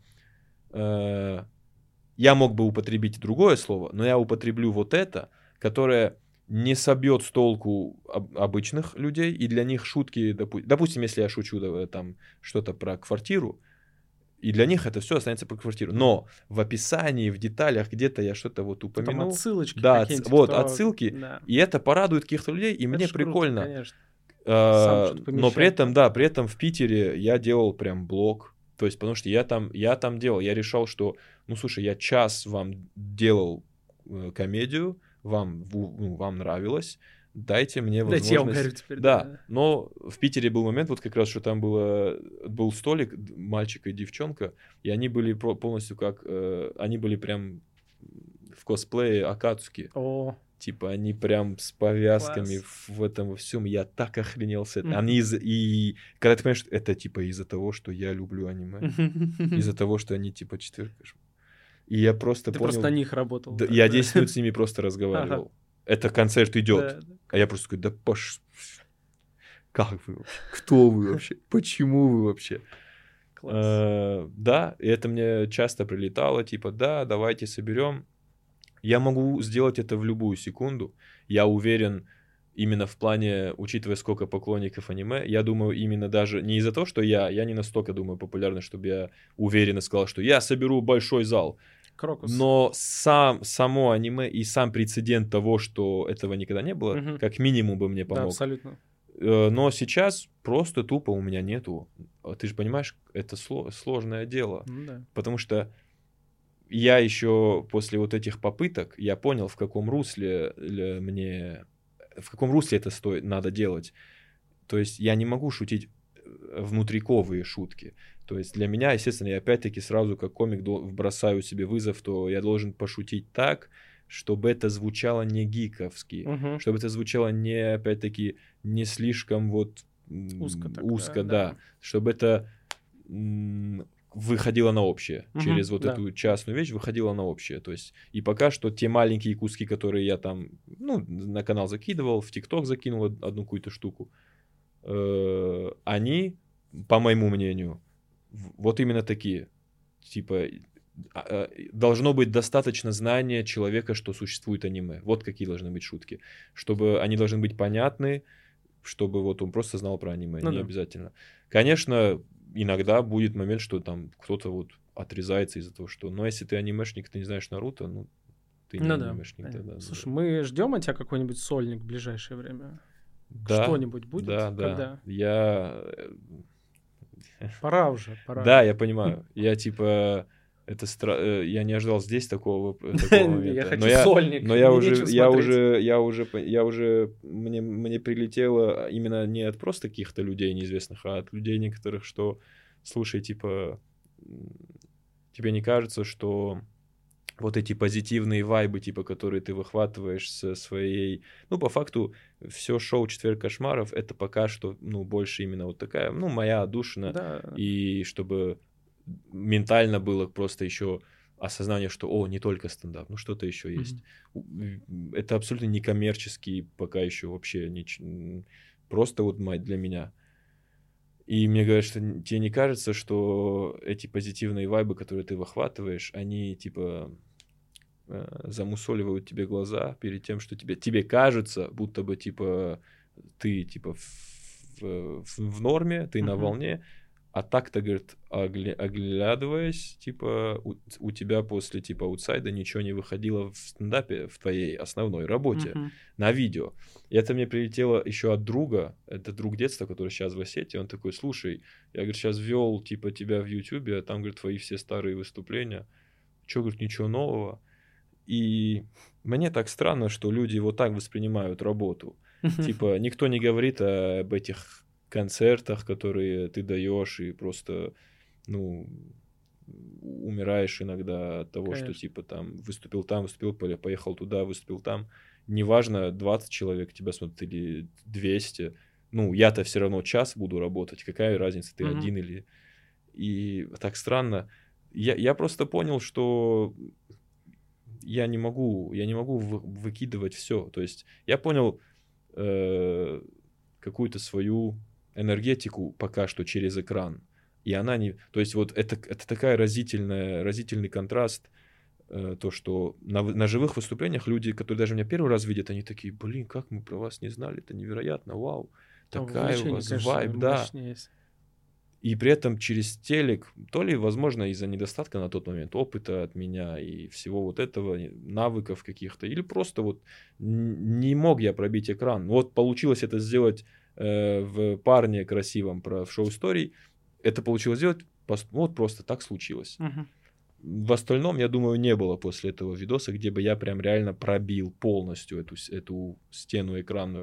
Э, я мог бы употребить другое слово, но я употреблю вот это, которое не собьет с толку об, обычных людей, и для них шутки... Допу- допустим, если я шучу там что-то про квартиру, и для них это все останется про квартиру. Но в описании, в деталях где-то я что-то вот упомянул. Там отсылочки да, отс... вот, кто... отсылки. Да. И это порадует каких-то людей, и это мне прикольно. Круто, конечно. А, но при этом, да, при этом в Питере я делал прям блог. То есть, потому что я там, я там делал, я решал, что, ну, слушай, я час вам делал э, комедию, вам, ну, вам нравилось, дайте мне возможность... Дайте я угорю теперь. Да, да, но в Питере был момент, вот как раз, что там было, был столик, мальчик и девчонка, и они были полностью как... Э, они были прям в косплее Акацуки. О. Типа, они прям с повязками Класс. в этом во всем. Я так охренел с этим. Mm-hmm. Они из... И когда ты понимаешь, это типа из-за того, что я люблю аниме. Из-за того, что они типа четверг. И я просто ты понял... Ты просто на них работал. Да, я десять минут с ними просто разговаривал. Ага. Это концерт идет. Да, да. А я просто такой, да пош... Как вы вообще? Кто вы вообще? Почему вы вообще? Класс. А, да, и это мне часто прилетало. Типа, да, давайте соберем. Я могу сделать это в любую секунду. Я уверен, именно в плане, учитывая, сколько поклонников аниме, я думаю, именно даже не из-за того, что я, я не настолько, думаю, популярный, чтобы я уверенно сказал, что я соберу большой зал. Крокус. Но сам, само аниме и сам прецедент того, что этого никогда не было, угу. как минимум бы мне помог. Да, абсолютно. Но сейчас просто тупо у меня нету. Ты же понимаешь, это сложное дело. Ну, да. Потому что я еще после вот этих попыток, я понял, в каком русле мне, в каком русле это стоит, надо делать. То есть я не могу шутить внутриковые шутки. То есть для меня, естественно, я опять-таки сразу как комик бросаю себе вызов, то я должен пошутить так, чтобы это звучало не гиковски, угу. чтобы это звучало не, опять-таки, не слишком вот узко, так, узко да, да, да, чтобы это выходило на общее. Угу, через вот да. эту частную вещь выходило на общее. То есть, и пока что те маленькие куски, которые я там, ну, на канал закидывал, в ТикТок закинул одну какую-то штуку, э, они, по моему мнению, вот именно такие. Типа, должно быть достаточно знания человека, что существует аниме. Вот какие должны быть шутки. Чтобы они должны быть понятны, чтобы вот он просто знал про аниме. Ну, не да. обязательно. Конечно, иногда будет момент, что там кто-то вот отрезается из-за того, что... Но если ты анимешник, ты не знаешь Наруто, ну, ты не ну, анимешник. Да. Тогда, Слушай, да. мы ждем от тебя какой-нибудь сольник в ближайшее время? Да, что-нибудь будет? Да, Когда? да. Я... Пора уже, пора. Да, я понимаю. Я типа... Это стра... Я не ожидал здесь такого, такого момента. Я хочу но я, сольник. Но я уже, я уже, я уже, я уже, мне, мне прилетело именно не от просто каких-то людей неизвестных, а от людей некоторых, что, слушай, типа, тебе не кажется, что вот эти позитивные вайбы, типа, которые ты выхватываешь со своей... Ну, по факту, все шоу «Четверг кошмаров» — это пока что, ну, больше именно вот такая, ну, моя отдушина. Да. И чтобы... ментально было просто еще осознание, что, о, не только стендап, ну что-то еще есть. Mm-hmm. Это абсолютно не коммерческий пока еще вообще, не, просто вот мать для меня. И мне говорят, что тебе не кажется, что эти позитивные вайбы, которые ты выхватываешь, они типа замусоливают тебе глаза перед тем, что тебе, тебе кажется, будто бы типа ты типа в, в, в норме, ты mm-hmm. на волне. А так-то, говорит, огля- оглядываясь, типа, у, у тебя после, типа, аутсайда ничего не выходило в стендапе, в твоей основной работе, uh-huh. на видео. И это мне прилетело еще от друга, это друг детства, который сейчас в Осетии, он такой, слушай, я, говорит, сейчас ввел, типа, тебя в Ютубе, а там, говорит, твои все старые выступления, че, говорит, ничего нового. И мне так странно, что люди вот так воспринимают работу. Uh-huh. Типа, никто не говорит об этих... концертах, которые ты даешь, и просто, ну, умираешь иногда от того, Конечно. что типа там выступил там, выступил, поехал туда, выступил там. Неважно, двадцать человек тебя смотрят или двести. Ну, я-то все равно час буду работать. Какая разница, ты Мгм. один или... И так странно. Я, я просто понял, что я не могу, я не могу вы- выкидывать все. То есть я понял э, какую-то свою энергетику пока что через экран. И она не... То есть вот это, это такая разительная, разительный контраст, э, то, что на, в- на живых выступлениях люди, которые даже меня первый раз видят, они такие, блин, как мы про вас не знали, это невероятно, вау, Там такая у вовлечение, вас конечно, вайб, да. мощнее есть. И при этом через телек, то ли, возможно, из-за недостатка на тот момент опыта от меня и всего вот этого, и навыков каких-то, или просто вот н- не мог я пробить экран. Вот получилось это сделать э, в «Парне красивом» про в шоу историй. Это получилось сделать, пос- вот просто так случилось. Мгм. В остальном, я думаю, не было после этого видоса, где бы я прям реально пробил полностью эту, с- эту стену экранную.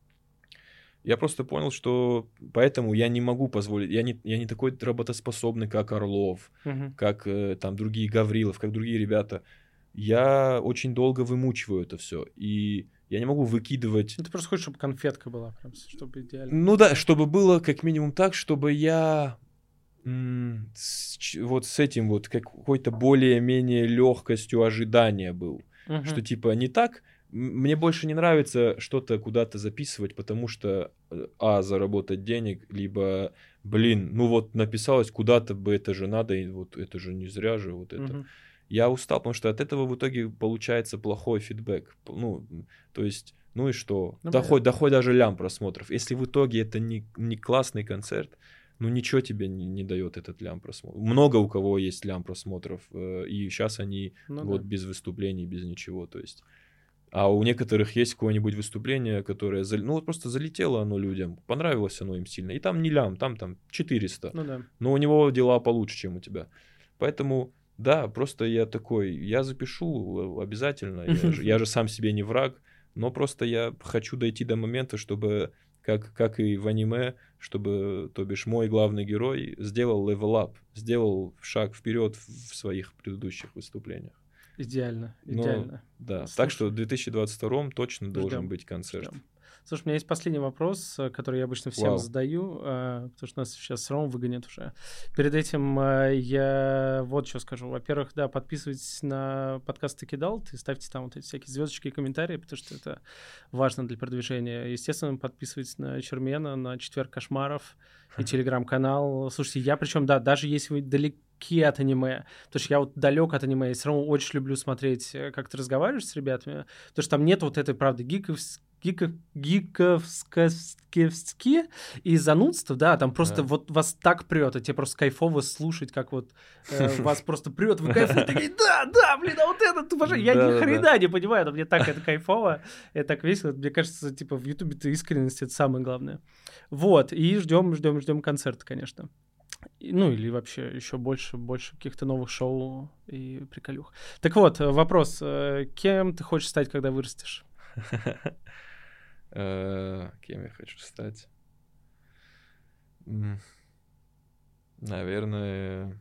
Я просто понял, что поэтому я не могу позволить, я не, я не такой работоспособный, как Орлов, Мгм. как э, там другие Гаврилов, как другие ребята. Я очень долго вымучиваю это все, и я не могу выкидывать. Ну, ты просто хочешь, чтобы конфетка была, прям, чтобы идеально. Ну да, чтобы было как минимум так, чтобы я м, с ч- вот с этим вот какой-то более-менее легкостью ожидания был. Мгм. Что типа не так, м- мне больше не нравится что-то куда-то записывать, потому что, э, а, заработать денег, либо, блин, ну вот написалось куда-то бы, это же надо, и вот это же не зря же вот это. Мгм. Я устал, потому что от этого в итоге получается плохой фидбэк. П- Ну, м, то есть, ну и что? Ну, Да понятно. хоть, да хоть даже лям просмотров. Если в итоге это не, не классный концерт, ну ничего тебе не, не дает этот лям просмотров. Много у кого есть лям просмотров, э, и сейчас они Ну вот да. без выступлений, без ничего, то есть. А у некоторых есть какое-нибудь выступление, которое, зал- ну вот просто залетело оно людям, понравилось оно им сильно, и там не лям, там там четыреста, Ну да. но у него дела получше, чем у тебя. Поэтому, да, просто я такой, я запишу э, обязательно, я же, я же сам себе не враг, но просто я хочу дойти до момента, чтобы, как, как и в аниме, чтобы, то бишь, мой главный герой сделал левел-ап, сделал шаг вперед в своих предыдущих выступлениях. Идеально, Но, идеально. да, так что в Слушай, две тысячи двадцать втором точно должен ждем, быть концерт. ждем. Слушай, у меня есть последний вопрос, э, который я обычно всем Вау. задаю, э, потому что нас сейчас все равно выгонят уже. Перед этим э, я вот что скажу. Во-первых, да, подписывайтесь на подкаст «Таки Далт» и ставьте там вот эти всякие звездочки и комментарии, потому что это важно для продвижения. Естественно, подписывайтесь на Чермена, на «Четверг кошмаров» и телеграм-канал. Слушайте, я причем, да, даже если вы далеки от аниме, потому что я вот далек от аниме, я все равно очень люблю смотреть, э, как ты разговариваешь с ребятами, потому что там нет вот этой, правда, гиковс- гиков, гиковски и занудств, да, там просто Да. вот вас так прет, и тебе просто кайфово слушать, как вот э, вас просто прет, вы кайфуете, такие, да, да, блин, а вот это, ты пожалуйста, я ни Да-да-да. хрена не понимаю, но мне так это кайфово, это так весело, мне кажется, типа в Ютубе-то искренность это самое главное. Вот, и ждем, ждем, ждем концерта, конечно. И, ну, или вообще еще больше, больше каких-то новых шоу и приколюх. Так вот, э, вопрос. э, Кем ты хочешь стать, когда вырастешь? Э, Кем я хочу стать? М, Наверное,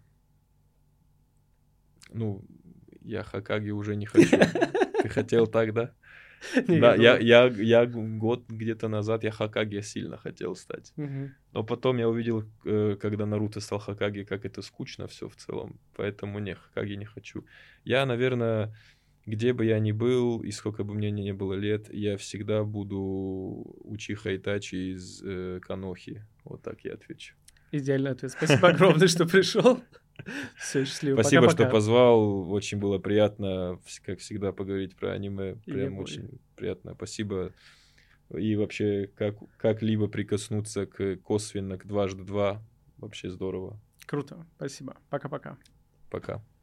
ну, я Хокаге уже не хочу. Ты хотел так, да? Не, Да, я, думал. я, я год где-то назад я Хокаге сильно хотел стать. Мгм. Но потом я увидел, э, когда Наруто стал Хокаге, как это скучно все в целом. Поэтому не, Хокаге не хочу. Я, наверное, где бы я ни был и сколько бы мне ни было лет, я всегда буду Учиха Итачи из э, Канохи. Вот так я отвечу. Идеальный ответ. Спасибо огромное, что пришел. Все, счастливо. Спасибо, что Пока-пока. позвал. Очень было приятно, вс- как всегда, поговорить про аниме. И Прям мне очень приятно. Спасибо. И вообще, как, как-либо прикоснуться к косвенно к дважды два. Вообще здорово. Круто. Спасибо. Пока-пока. Пока.